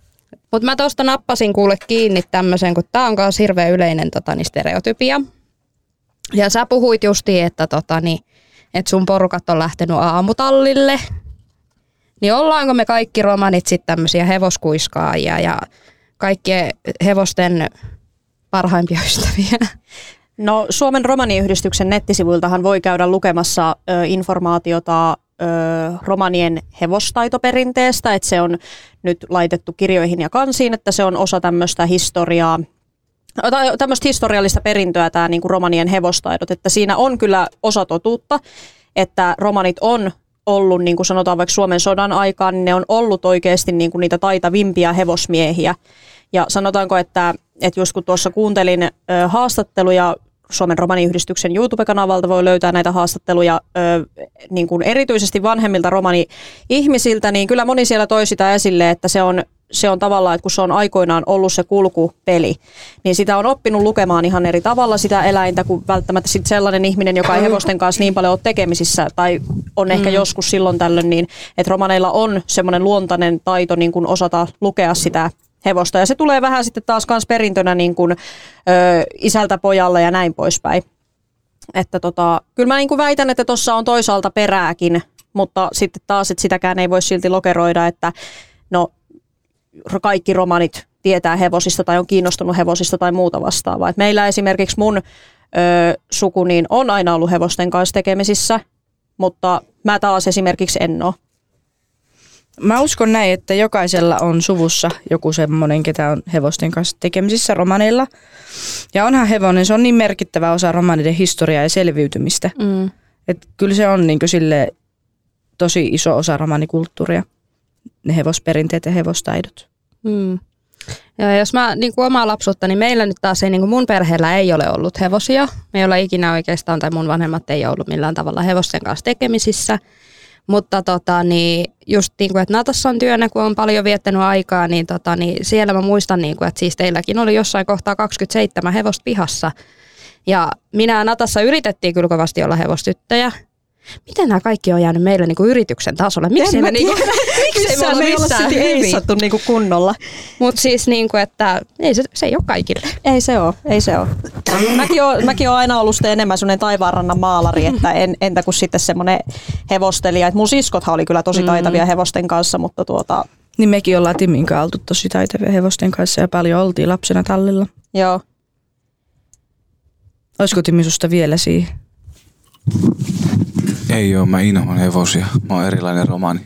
Mutta mä tuosta nappasin kuule kiinni tämmöisen, kun tää on myös hirveän yleinen tota, niin stereotypia. Ja sä puhuit justiin, että, tota, niin, että sun porukat on lähtenyt aamutallille. Niin ollaanko me kaikki romanit sitten tämmöisiä hevoskuiskaajia ja kaikkien hevosten parhaimpia ystäviä? No Suomen romaniyhdistyksen nettisivuiltahan voi käydä lukemassa ö, informaatiota ö, romanien hevostaitoperinteestä, että se on nyt laitettu kirjoihin ja kansiin, että se on osa tämmöistä historiaa, tämmöistä historiallista perintöä tämä niin kuin romanien hevostaidot, että siinä on kyllä osa totuutta, että romanit on ollut, niin kuin sanotaan vaikka Suomen sodan aikaan, niin ne on ollut oikeasti niin kuin niitä taitavimpia hevosmiehiä. Ja sanotaanko, että, että just kun tuossa kuuntelin ö, haastatteluja, Suomen romaniyhdistyksen YouTube-kanavalta voi löytää näitä haastatteluja ö, niin kuin erityisesti vanhemmilta romani-ihmisiltä, niin kyllä moni siellä toi sitä esille, että se on, se on tavallaan, että kun se on aikoinaan ollut se kulkupeli, niin sitä on oppinut lukemaan ihan eri tavalla sitä eläintä kuin välttämättä sit sellainen ihminen, joka ei hevosten kanssa niin paljon ole tekemisissä tai on ehkä mm. joskus silloin tällöin, niin että romaneilla on semmoinen luontainen taito niin kuin osata lukea sitä hevosta. Ja se tulee vähän sitten taas kans perintönä niin kuin, ö, isältä pojalle ja näin poispäin. Että tota, kyllä mä niin kuin väitän, että tuossa on toisaalta perääkin, mutta sitten taas, että sitäkään ei voi silti lokeroida, että no kaikki romanit tietää hevosista tai on kiinnostunut hevosista tai muuta vastaavaa. Et meillä esimerkiksi mun ö, suku niin on aina ollut hevosten kanssa tekemisissä, mutta mä taas esimerkiksi en ole. Mä uskon näin, että jokaisella on suvussa joku semmoinen, ketä on hevosten kanssa tekemisissä romaneilla. Ja onhan hevonen, se on niin merkittävä osa romaniden historiaa ja selviytymistä. Mm. Että kyllä se on niin kuin sille tosi iso osa romanikulttuuria, ne hevosperinteet ja hevostaidot. Mm. Ja jos mä niin kuin omaa lapsuutta, niin meillä nyt taas ei, niin kuin mun perheellä ei ole ollut hevosia. Me ei olla ikinä oikeastaan, tai mun vanhemmat ei ollut millään tavalla hevosten kanssa tekemisissä. Mutta tota, niin just niin kuin, että Natassa on työnä, kun on paljon viettänyt aikaa, niin, tota, niin siellä mä muistan, niin kuin, että siis teilläkin oli jossain kohtaa kaksikymmentäseitsemän hevosta pihassa. Ja minä ja Natassa yritettiin kyllä kovasti olla hevostyttöjä. Miten nämä kaikki on jäänyt meille niin kuin yrityksen tasolle? Miksei me, niinku, miksei me olla missään hyvin? Niin kuin kunnolla. Mutta siis, niin kuin, että ei se, se ei ole kaikille. Ei se ole, ei se ole. Mäkin olen, mäkin olen aina ollut sitten enemmän sellainen taivaanrannan maalari, että en, entä kuin sitten semmoinen hevostelija. Et mun siskothan oli kyllä tosi taitavia mm. hevosten kanssa, mutta tuota... Niin mekin ollaan Timin kanssa oltu tosi taitavia hevosten kanssa ja paljon oltiin lapsena tallilla. Joo. Olisiko Timi susta vielä siihen? Ei oo, mä inhoan hevosia. Mä oon erilainen romani.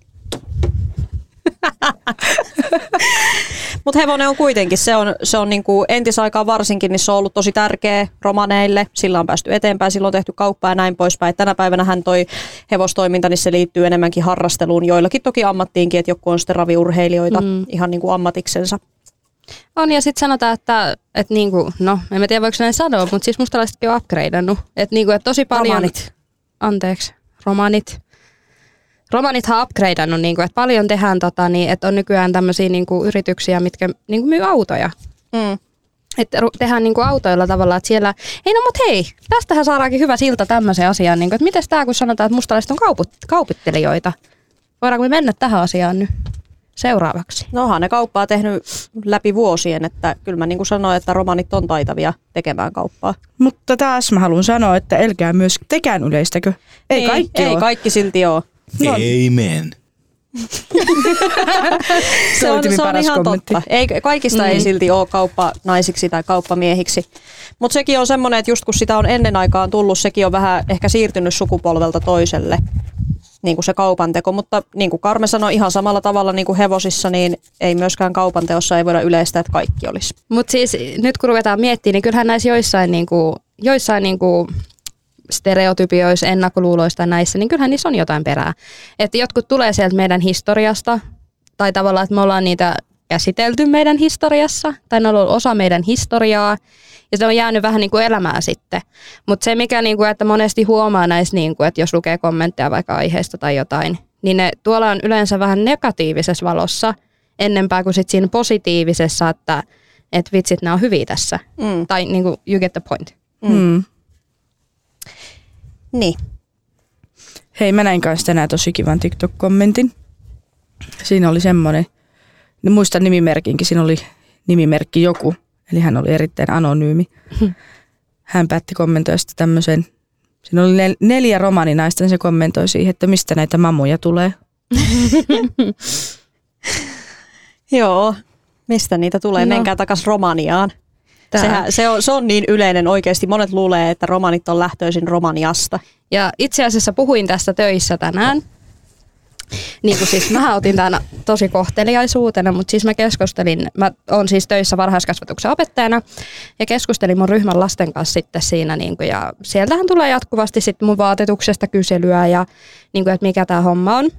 Mutta hevonen on kuitenkin, se on, se on niinku entisaikaan varsinkin, niin se on ollut tosi tärkeä romaneille. Sillä on päästy eteenpäin, sillä on tehty kauppaa ja näin poispäin. Tänä päivänä hän toi hevostoiminta, niin se liittyy enemmänkin harrasteluun. Joillakin toki ammattiinkin, että joku on sitten raviurheilijoita mm. ihan niinku ammatiksensa. On ja sitten sanotaan, että, että niinku, no en tiedä voiko näin sanoa, mutta siis mustalaisetkin on upgradeannut. Että niinku, et tosi paljon... Romanit. Anteeksi, romanit. Romanithan on upgradeannut, niinku, että paljon tehdään, tota, niin, että on nykyään tämmöisiä niinku, yrityksiä, mitkä niinku, myy autoja. Mm. Että tehdään niinku, autoilla tavallaan, että siellä, ei no mut hei, tästähän saadaankin hyvä silta tämmöiseen asiaan. Niinku, että mites tää, kun sanotaan, että mustalaiset on kauput, kaupittelijoita. Voidaanko me mennä tähän asiaan nyt seuraavaksi? No onhan ne kauppaa tehnyt läpi vuosien, että kyllä mä niin kuin sanoin, että romanit on taitavia tekemään kauppaa. Mutta taas mä haluan sanoa, että älkää myös tekään yleistäkö. Ei niin, kaikki Ei ole. kaikki silti ole. No. Amen. se on, se on ihan kommentti. Totta. Ei, kaikista mm. ei silti ole kauppanaisiksi tai kauppamiehiksi. Mutta sekin on semmoinen, että just kun sitä on ennen aikaan tullut, sekin on vähän ehkä siirtynyt sukupolvelta toiselle. Niin kuin se kaupanteko, mutta niin kuin Karme sanoi, ihan samalla tavalla niin kuin hevosissa, niin ei myöskään kaupanteossa ei voida yleistää, että kaikki olisi. Mutta siis nyt kun ruvetaan miettimään, niin kyllähän näissä joissain, niin kuin, joissain niin kuin stereotypioissa, ennakkoluuloista näissä, niin kyllähän niissä on jotain perää. Että jotkut tulee sieltä meidän historiasta, tai tavallaan, että me ollaan niitä käsitelty meidän historiassa, tai ne on ollut osa meidän historiaa, ja se on jäänyt vähän niin kuin elämään sitten. Mutta se, mikä niin kuin, että monesti huomaa näissä, niin kuin, että jos lukee kommentteja vaikka aiheesta tai jotain, niin ne tuolla on yleensä vähän negatiivisessa valossa ennempää kuin sit siinä positiivisessa, että et vitsit, nämä on hyviä tässä. Mm. Tai niin kuin, you get the point. Mm. Mm. Niin. Hei, mä näin kanssa tänään tosi kivan TikTok-kommentin. Siinä oli semmoinen, muistan nimimerkinkin, siinä oli nimimerkki joku, eli hän oli erittäin anonyymi. Hän päätti kommentoida sitä tämmöisen, siinä oli nel, neljä romaninaista, niin se kommentoi siihen, että mistä näitä mamuja tulee. Joo, mistä niitä tulee? No. Menkää takaisin Romaniaan. Sehän, se, on, se on niin yleinen oikeasti. Monet luulee, että romanit on lähtöisin Romaniasta. Ja itse asiassa puhuin tästä töissä tänään. Niin kuin siis mä otin tämän tosi kohteliaisuutena, mutta siis mä keskustelin, mä oon siis töissä varhaiskasvatuksen opettajana ja keskustelin mun ryhmän lasten kanssa sitten siinä niin kuin, ja sieltähän tulee jatkuvasti sitten mun vaatetuksesta kyselyä ja niin kuin, että mikä tää homma on.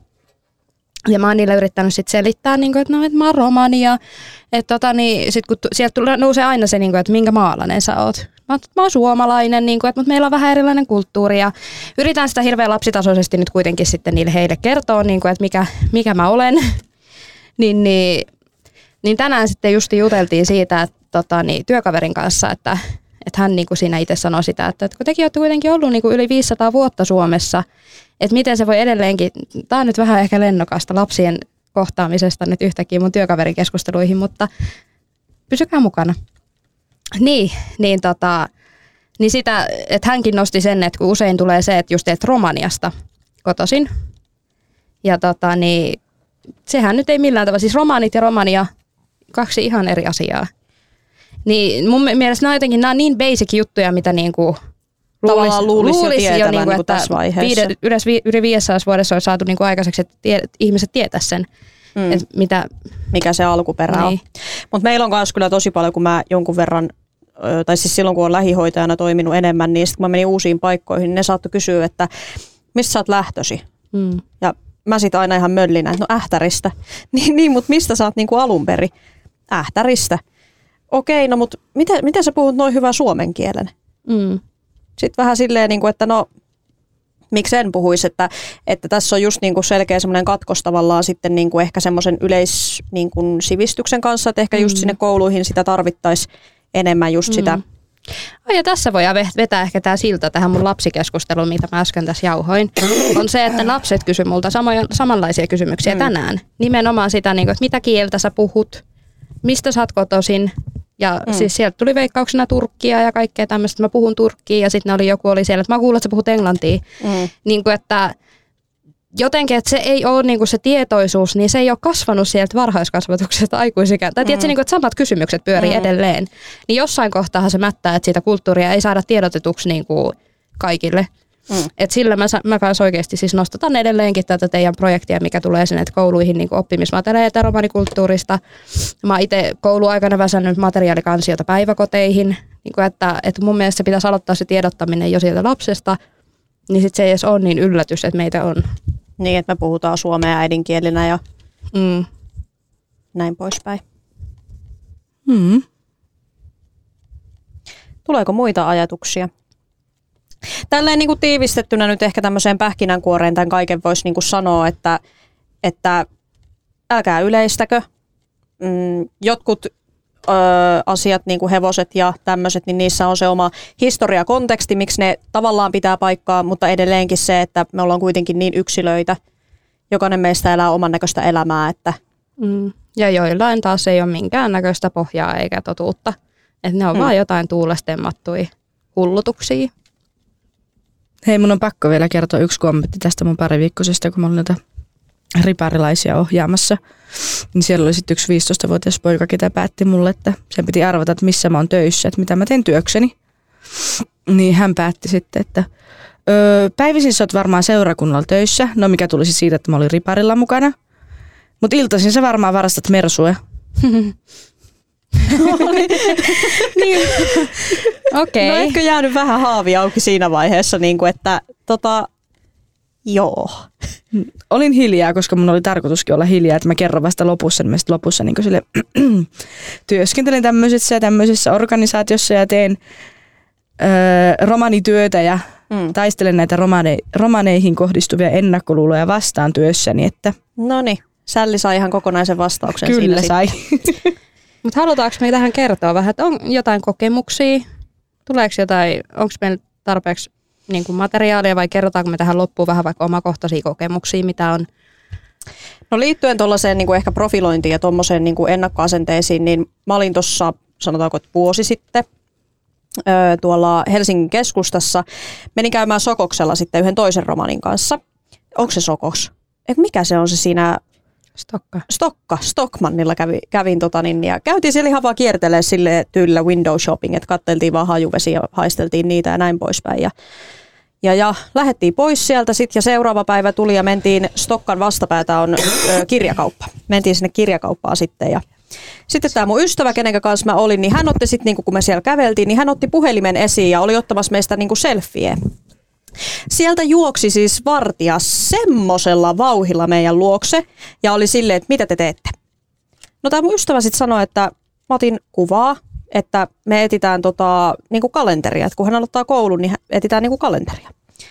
Ja mä oon niille yrittänyt sitten selittää, niin kuin, että, no, että mä oon romani ja että tota, niin, sit kun sieltä tulee, nousee aina se, niin kuin, että minkä maalainen sä oot. Mä oon, mä oon suomalainen, niin kuin, että, mutta meillä on vähän erilainen kulttuuri ja yritän sitä hirveän lapsitasoisesti nyt kuitenkin sitten niille heille kertoa, niin kuin, että mikä, mikä mä olen. niin, niin, niin tänään sitten just juteltiin siitä, että tota, niin, työkaverin kanssa, että, että hän niin kuin siinä itse sanoi sitä, että, että kun tekin olette kuitenkin ollut niin kuin yli viisisataa vuotta Suomessa, että miten se voi edelleenkin, tämä on nyt vähän ehkä lennokasta lapsien kohtaamisesta nyt yhtäkkiä mun työkaverin keskusteluihin, mutta pysykää mukana. Niin, niin, tota, niin sitä, että hänkin nosti sen, että kun usein tulee se, että just että Romaniasta kotoisin. Ja tota, niin sehän nyt ei millään tavalla, siis romaanit ja Romania, kaksi ihan eri asiaa. Niin mun mielestä nämä on jotenkin, nämä on niin basic juttuja, mitä niinku tavallaan luulisi, luulisi jo tietävän, jo, niin kuin, että tässä vaiheessa. Viide, yhdessä, yli viidessäsadassa vuodessa on saatu niin kuin aikaiseksi, että tie, ihmiset tietää sen, mm. että mitä, mikä se alkuperä niin on. Mutta meillä on myös kyllä tosi paljon, kun mä jonkun verran, tai siis silloin kun olen lähihoitajana toiminut enemmän, niin sitten kun mä menin uusiin paikkoihin, niin ne saattoi kysyä, että mistä sä oot lähtösi? Mm. Ja mä sit aina ihan möllinä, että no Ähtäristä. niin, niin mutta mistä sä oot niin kuin alun perin? Ähtäristä. Okei, no mutta miten, miten sä puhut noin hyvää suomen kielen? Mm. Sitten vähän silleen, että no, miksi en puhuisi, että, että tässä on just niin kuin selkeä semmoinen katkos tavallaan sitten niin kuin ehkä semmoisen yleissivistyksen kanssa, että ehkä just mm. sinne kouluihin sitä tarvittaisiin enemmän just mm. sitä. Oh, ja tässä voi vetää ehkä tämä silta tähän mun lapsikeskusteluun, mitä mä äsken tässä jauhoin, on se, että lapset kysyvät multa samoja, samanlaisia kysymyksiä mm. tänään. Nimenomaan sitä, että mitä kieltä sä puhut, mistä sä oot kotoisin. Ja mm. siis sieltä tuli veikkauksena Turkkia ja kaikkea tämmöistä, mä puhun turkkia ja sitten oli joku oli siellä, että mä kuulen, että sä puhut englantia. Mm. Niin kuin, että jotenkin, että se ei ole niin kuin se tietoisuus, niin se ei ole kasvanut sieltä varhaiskasvatuksesta aikuisikään. Tai mm. tiedätkö, niin kuin, että samat kysymykset pyörii mm. edelleen. Niin jossain kohtaa se mättää, että sitä kulttuuria ei saada tiedotetuksi niin kuin kaikille. Mm. Että sillä mä, mä kanssa oikeasti siis nostetaan edelleenkin tätä teidän projektia, mikä tulee sinne kouluihin niin oppimismateriaalia romanikulttuurista. Mä oon itse kouluaikana väsännyt materiaalikansiota päiväkoteihin, niin kuin että, että mun mielestä se pitäisi aloittaa se tiedottaminen jo sieltä lapsesta, niin sit se ei edes ole niin yllätys, että meitä on. Niin, että me puhutaan suomea äidinkielinä ja mm. näin poispäin. Mm. Tuleeko muita ajatuksia? Tälleen niin kuin tiivistettynä nyt ehkä tämmöiseen pähkinänkuoreen tämän kaiken voisi niin kuin sanoa, että, että älkää yleistäkö. Mm, jotkut ö, asiat, niin kuin hevoset ja tämmöiset, niin niissä on se oma historiakonteksti, miksi ne tavallaan pitää paikkaa, mutta edelleenkin se, että me ollaan kuitenkin niin yksilöitä. Jokainen meistä elää oman näköistä elämää. Että mm. Ja joillain taas ei ole minkäännäköistä pohjaa eikä totuutta. Että ne on mm. vaan jotain tuulestemmattuja hullutuksia. Hei, mun on pakko vielä kertoa yksi kommentti tästä mun pariviikkoisesta, kun mä olin näitä riparilaisia ohjaamassa. Niin siellä oli sitten yksi viisitoistavuotias poika, ketä päätti mulle, että sen piti arvata, että missä mä oon töissä, että mitä mä teen työkseni. Niin hän päätti sitten, että öö, päivisin sä oot varmaan seurakunnalla töissä, no mikä tulisi siitä, että mä olin riparilla mukana. Mutta iltaisin sä varmaan varastat mersua. niin. Okay. No etkö jäänyt vähän haavi auki siinä vaiheessa, niin kuin, että tota, joo. Olin hiljaa, koska mun oli tarkoituskin olla hiljaa, että mä kerron vasta lopussa, niin mä sit lopussa niin sille, työskentelin tämmöisessä ja tämmöisessä organisaatiossa ja teen öö, romanityötä ja mm. taistelen näitä romane, romaneihin kohdistuvia ennakkoluuloja vastaan työssäni. Että noniin, Sälli sai ihan kokonaisen vastauksen. Kyllä siinä sai. Mutta halutaanko me tähän kertoa vähän, että on jotain kokemuksia? Tuleeko jotain, onko meillä tarpeeksi niin kuin materiaalia vai kerrotaanko me tähän loppuun vähän vaikka omakohtaisia kokemuksia, mitä on No liittyen tuollaiseen niin kuin ehkä profilointiin ja tuommoiseen niin kuin ennakkoasenteisiin, niin mä olin tuossa, sanotaanko, että vuosi sitten öö, tuolla Helsingin keskustassa. Menin käymään Sokoksella sitten yhden toisen romanin kanssa. Onko se Sokoks? Eikö mikä se on se siinä? Stokka. Stokka, Stockmannilla kävi, kävin tota niin, ja käytiin siellä ihan vaan kiertelee sille tyylillä window shopping, että katteltiin vaan hajuvesiä, haisteltiin niitä ja näin poispäin. Ja, ja, ja lähdettiin pois sieltä sitten ja seuraava päivä tuli ja mentiin, Stokkan vastapäätä on ö, kirjakauppa. Mentiin sinne kirjakauppaan sitten ja sitten tämä mun ystävä, kenen kanssa mä olin, niin hän otti sitten, niin kun me siellä käveltiin, niin hän otti puhelimen esiin ja oli ottamassa meistä niin kuin selfie. Sieltä juoksi siis vartija semmosella vauhilla meidän luokse ja oli silleen, että mitä te teette? No tämä mun ystävä sitten sanoi, että mä otin kuvaa, että me etitään tota, niinku kalenteria, että kun hän aloittaa koulun, niin etitään niinku kalenteria.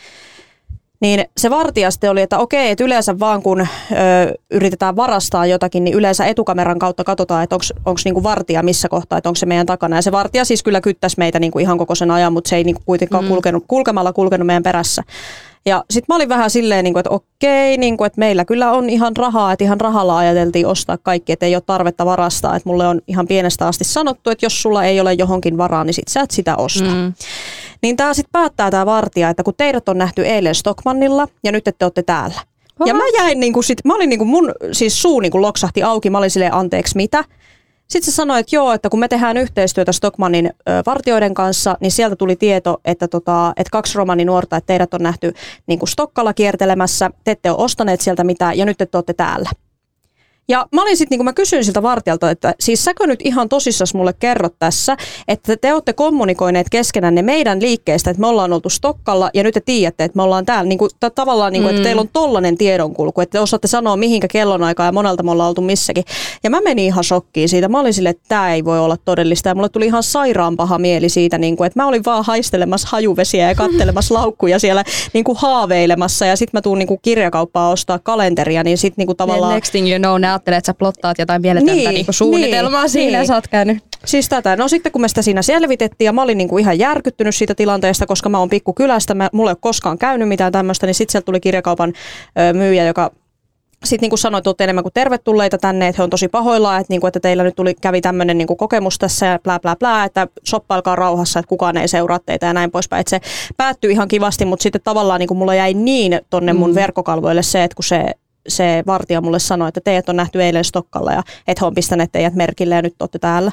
Niin se vartija sitten oli, että okei, että yleensä vaan kun ö, yritetään varastaa jotakin, niin yleensä etukameran kautta katsotaan, että onko niinku vartija missä kohtaa, että onko se meidän takana. Ja se vartija siis kyllä kyttäisi meitä niinku ihan koko sen ajan, mutta se ei niinku kuitenkaan mm. kulkenut, kulkemalla kulkenut meidän perässä. Ja sitten mä olin vähän silleen, niinku, että okei, niinku, että meillä kyllä on ihan rahaa, että ihan rahalla ajateltiin ostaa kaikki, että ei ole tarvetta varastaa. Että mulle on ihan pienestä asti sanottu, että jos sulla ei ole johonkin varaa, niin sit sä et sitä osta. Mm. Niin tää sitten päättää tää vartija, että kun teidät on nähty eilen Stockmannilla ja nyt te olette täällä. What? Ja mä jäin niinku sit, mä olin niinku mun siis suu niinku loksahti auki, mä olin silleen anteeksi mitä. Sitten se sanoi, että joo, että kun me tehdään yhteistyötä Stockmannin ö, vartijoiden kanssa, niin sieltä tuli tieto, että, tota, että kaksi romaninuorta, että teidät on nähty niin kuin Stokkalla kiertelemässä, te ette ole ostaneet sieltä mitään ja nyt te olette täällä. Ja mä olin sitten, niin kun mä kysyin siltä vartijalta, että siis säkö nyt ihan tosissas mulle kerrot tässä, että te olette kommunikoineet keskenänne meidän liikkeestä, että me ollaan oltu Stokkalla ja nyt te tiedätte, että me ollaan täällä, niin kuin, tavallaan, niin kuin, että teillä on tollainen tiedonkulku, että te osaatte sanoa mihinkä kellonaikaa ja monelta me ollaan oltu missäkin. Ja mä menin ihan shokkiin siitä, mä olin silleen, että tämä ei voi olla todellista ja mulle tuli ihan sairaan paha mieli siitä, niin kuin, että mä olin vaan haistelemassa hajuvesiä ja kattelemassa laukkuja siellä niin kuin haaveilemassa ja sitten mä tuun niin kuin kirjakauppaan ostaa kalenteria, niin sitten niin kuin tavallaan... Next thing you know, ajattelet, että sä plottaat jotain mieletöntä niin, niinku suunnitelmaa niin, siinä niin. Ja sä oot käynyt. Siis tätä. No sitten kun me sitä siinä selvitettiin ja mä olin niinku ihan järkyttynyt siitä tilanteesta, koska mä oon pikkukylästä, mä, mulla ei ole koskaan käynyt mitään tämmöistä, niin sitten sieltä tuli kirjakaupan ö, myyjä, joka sitten niinku sanoi, että olette enemmän kuin tervetulleita tänne, että he on tosi pahoillaan, että, niinku, että teillä nyt tuli, kävi tämmöinen niinku kokemus tässä ja plää plää plää, että shoppailkaa rauhassa, että kukaan ei seuraa teitä ja näin poispäin. Että se päättyi ihan kivasti, mutta sitten tavallaan niinku mulla jäi niin tonne mun mm. verkkokalvoille se, että kun se se vartija mulle sanoi, että teidät on nähty eilen Stokkalla ja että he on pistäneet teidät merkille ja nyt olette täällä.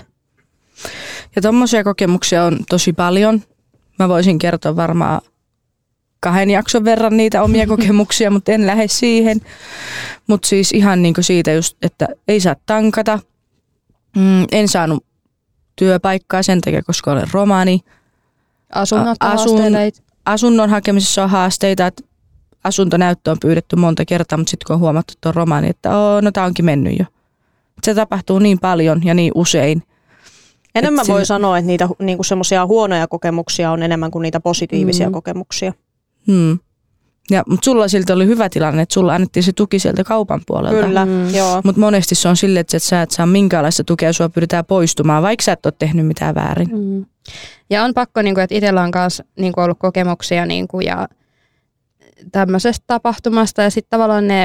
Ja tommosia kokemuksia on tosi paljon. Mä voisin kertoa varmaan kahden jakson verran niitä omia kokemuksia, mutta en lähde siihen. Mutta siis ihan niinku siitä just, että ei saa tankata. Mm, en saanut työpaikkaa sen takia, koska olen romani. Asunnot A- asun, asunnon hakemisessa on haasteita, että asuntonäyttö on pyydetty monta kertaa, mutta sitten kun on huomattu tuon romaani, että Oo, no tämä onkin mennyt jo. Se tapahtuu niin paljon ja niin usein. Enemmän voi siinä... sanoa, että niitä niinku semmoisia huonoja kokemuksia on enemmän kuin niitä positiivisia mm. kokemuksia. Hmm. Ja, mutta sulla silti oli hyvä tilanne, että sulla annettiin se tuki sieltä kaupan puolelta. Kyllä, mm. joo. Mutta monesti se on silleen, että sä et saa minkäänlaista tukea ja sua pyritään poistumaan, vaikka sä et ole tehnyt mitään väärin. Mm. Ja on pakko, niin kuin, että itsellä on myös niin kuin ollut kokemuksia niin kuin, ja tämmöisestä tapahtumasta ja sitten tavallaan ne,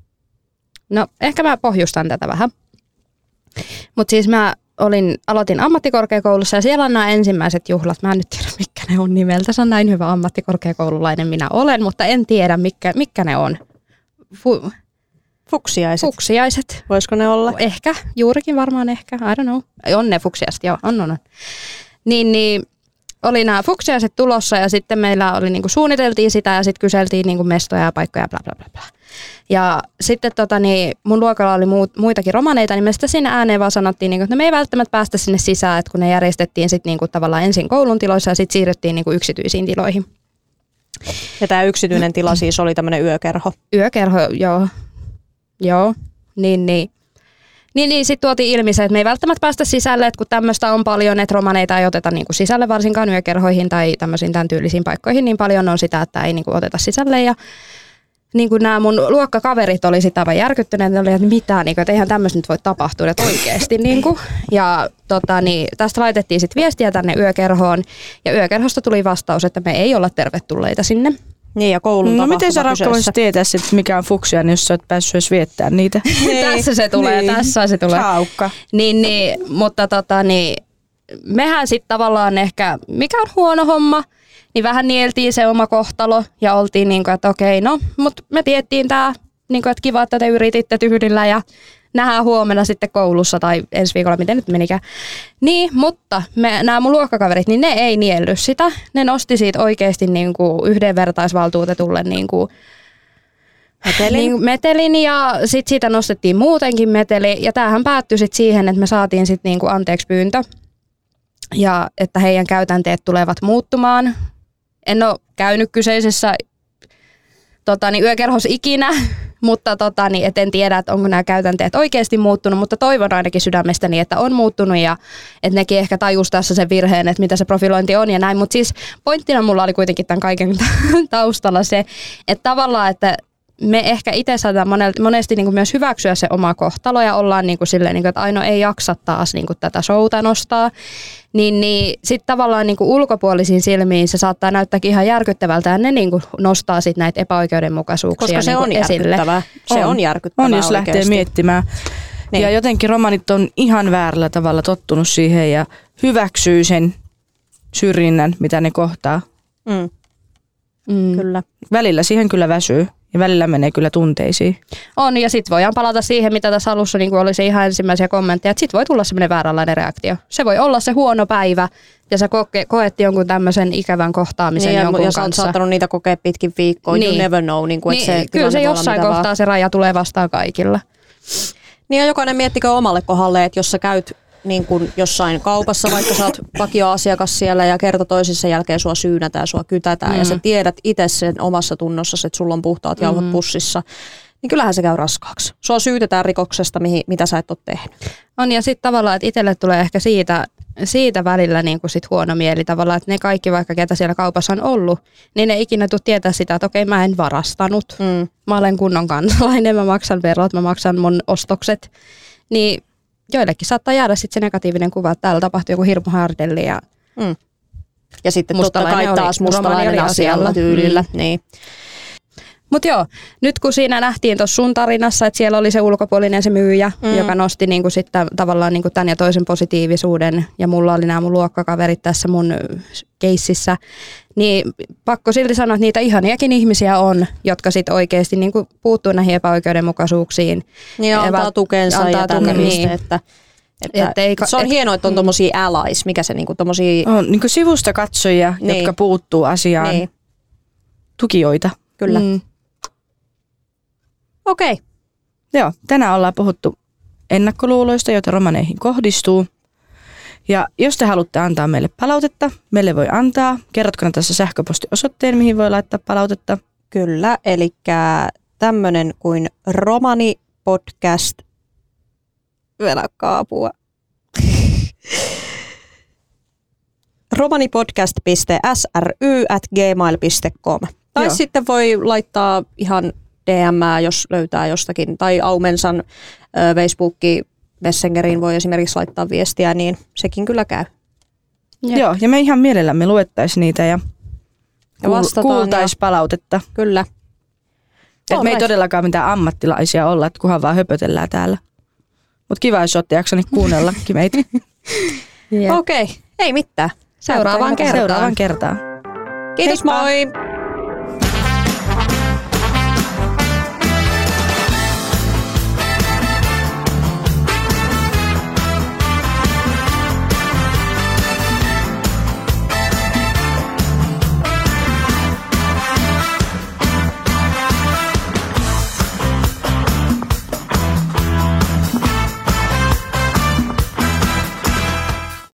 no ehkä mä pohjustan tätä vähän, mutta siis mä olin, aloitin ammattikorkeakoulussa ja siellä on nämä ensimmäiset juhlat, mä en nyt tiedä mikä ne on nimeltä, se on näin hyvä ammattikorkeakoululainen minä olen, mutta en tiedä mikä, mikä ne on. Fu- Fuksiaiset. Fuksiaiset. Voisiko ne olla? Ehkä, juurikin varmaan ehkä, I don't know. On ne fuksiaiset, joo, on on. on. Niin, niin oli nämä fuksiaiset tulossa ja sitten meillä oli niinku suunniteltiin sitä ja sitten kyseltiin niinku mestoja ja paikkoja bla bla bla bla. Ja sitten tota, niin mun luokalla oli muut, muitakin romaneita, niin me sitten siinä ääneen vaan sanottiin, niinku, että me ei välttämättä päästä sinne sisään, että kun ne järjestettiin sitten niinku, tavallaan ensin koulun tiloissa ja sitten siirryttiin niinku, yksityisiin tiloihin. Ja tämä yksityinen tila siis oli tämmöinen yökerho? Yökerho, joo. Joo, niin niin. Niin, niin sitten tuotiin ilmi se, että me ei välttämättä päästä sisälle, että kun tämmöistä on paljon, että romaneita ei oteta niinku sisälle varsinkaan yökerhoihin tai tämmöisiin tämän tyylisiin paikkoihin, niin paljon on sitä, että ei niinku oteta sisälle. Ja niin kuin nämä mun luokkakaverit oli sitä aivan järkyttyneet, että oli, että mitä, niin kuin, että eihän tämmöistä nyt voi tapahtua, että oikeasti. Niin kuin. Ja tota, niin, tästä laitettiin sitten viestiä tänne yökerhoon ja yökerhosta tuli vastaus, että me ei olla tervetulleita sinne. Niin, ja koulun No miten sä, tapahtuma Raukka, voisit tietää sit, mikä on fuksia, niin jos sä oot päässyt edes viettämään niitä? Tässä se tulee, Niin. tässä se tulee. Raukka. Niin, niin, mutta tota, niin, mehän sitten tavallaan ehkä, mikä on huono homma, niin vähän nieltiin se oma kohtalo ja oltiin niin kuin, että okei, no, mutta me tiedettiin tää, niin kuin, että kiva, että te yrititte tyhdillä ja nähdään huomenna sitten koulussa tai ensi viikolla, miten nyt menikään. Niin, mutta me, nämä mun luokkakaverit, niin ne ei niellyt sitä. Ne nosti siitä oikeasti niin kuin yhdenvertaisvaltuutetulle niin kuin Metelin. Niin, metelin ja sitten siitä nostettiin muutenkin meteli ja tämähän päättyi sitten siihen, että me saatiin sitten niinku anteeksi pyyntö ja että heidän käytänteet tulevat muuttumaan. En ole käynyt kyseisessä tota, niin yökerhossa ikinä, mutta tota, niin, et en tiedä, että onko nämä käytänteet oikeasti muuttunut, mutta toivon ainakin sydämestäni, että on muuttunut ja että nekin ehkä tajus tässä sen virheen, että mitä se profilointi on ja näin. Mutta siis pointtina mulla oli kuitenkin tämän kaiken taustalla se, että tavallaan, että me ehkä itse saadaan monesti niin kuin myös hyväksyä se oma kohtalo ja ollaan niin kuin silleen, niin kuin, että aino ei jaksa taas niin kuin tätä showta nostaa. Niin, niin sitten tavallaan niin kuin ulkopuolisiin silmiin se saattaa näyttääkin ihan järkyttävältä ja ne niin kuin nostaa sit näitä epäoikeudenmukaisuuksia Koska se niin kuin on esille. järkyttävää. Se on, on järkyttävää On, jos lähtee oikeasti. miettimään. Niin. Ja jotenkin romanit on ihan väärällä tavalla tottunut siihen ja hyväksyy sen syrjinnän, mitä ne kohtaa. Mm, Mm. kyllä. Välillä siihen kyllä väsyy ja välillä menee kyllä tunteisiin. On, ja sitten voidaan palata siihen, mitä tässä alussa niin oli se ihan ensimmäisiä kommentteja, että sitten voi tulla semmoinen vääränlainen reaktio. Se voi olla se huono päivä, ja sä koke- koet jonkun tämmöisen ikävän kohtaamisen Niin, jonkun ja sä oot kanssa. saattanut niitä kokea pitkin viikkoa, niin. You Niin. never know. Niin kuin, Niin, että se kyllä se tilanne voi olla jossain mitä kohtaa vaan. se raja tulee vastaan kaikilla. Niin ja jokainen miettikö omalle kohdalle, että jos sä käyt niin kuin jossain kaupassa, vaikka sä oot vakioasiakas siellä ja kerta toisessa jälkeen sua syynätään, sua kytätään mm. ja sä tiedät itse sen omassa tunnossa, että sulla on puhtaat jauhot mm. pussissa, niin kyllähän se käy raskaaksi. Sua syytetään rikoksesta, mihin, mitä sä et ole tehnyt. On, ja sitten tavallaan, että itselle tulee ehkä siitä, siitä välillä niin kuin sit huono mieli tavallaan, että ne kaikki vaikka ketä siellä kaupassa on ollut, niin ne ikinä tule tietää sitä, että okei, mä en varastanut. Mm. Mä olen kunnon kansalainen, mä maksan verot, mä maksan mun ostokset. Niin joillekin saattaa jäädä sitten se negatiivinen kuva, että täällä tapahtui joku hirmu hardelli ja Mm. Ja sitten totta Mustalainen kai oli- taas romani mustalainen oli asialla asialla. tyylillä. Mm. Niin. Mutta joo, nyt kun siinä nähtiin tuossa sun tarinassa, että siellä oli se ulkopuolinen se myyjä, mm. joka nosti niinku sitten tavallaan niinku tämän ja toisen positiivisuuden, ja mulla oli nämä mun luokkakaverit tässä mun keississä, niin pakko silti sanoa, että niitä ihaniakin ihmisiä on, jotka sitten oikeasti niinku puuttuu näihin epäoikeudenmukaisuuksiin. Niin ja antaa Evä- tukensa antaa ja tuken, tämmöistä, niin. että, että, Et ei ka- se on et- hienoa, että on tommosia allies, mikä se niinku tommosia, On niin kuin sivusta katsojia, Niin. jotka puuttuu asiaan, niin, tukijoita. kyllä. Mm. Okei. Okay. Joo, tänään ollaan puhuttu ennakkoluuloista, joita romaneihin kohdistuu. Ja jos te haluatte antaa meille palautetta, meille voi antaa. Kerrotko tässä sähköpostiosoitteen, mihin voi laittaa palautetta? Kyllä, eli tämmönen kuin romanipodcast, vielä kaapua, romanipodcast piste s r y at gmail piste com. Tai Joo. sitten voi laittaa ihan D M:ää, jos löytää jostakin, tai Aumensan ö, Facebookiin, Messengeriin voi esimerkiksi laittaa viestiä, niin sekin kyllä käy. Jep. Joo, ja me ihan mielellämme luettaisiin niitä ja, Ja kuul- vastataan kuultaisiin palautetta. Kyllä. Et me ei Alright. todellakaan mitään ammattilaisia olla, että kunhan vaan höpötellään täällä. Mutta kiva, jos olette jaksaneet kuunnellakin meitä. Jep. Okei, ei mitään. Seuraavaan kertaan. Seuraavaan kertaan. Kiitos, Heippa. moi!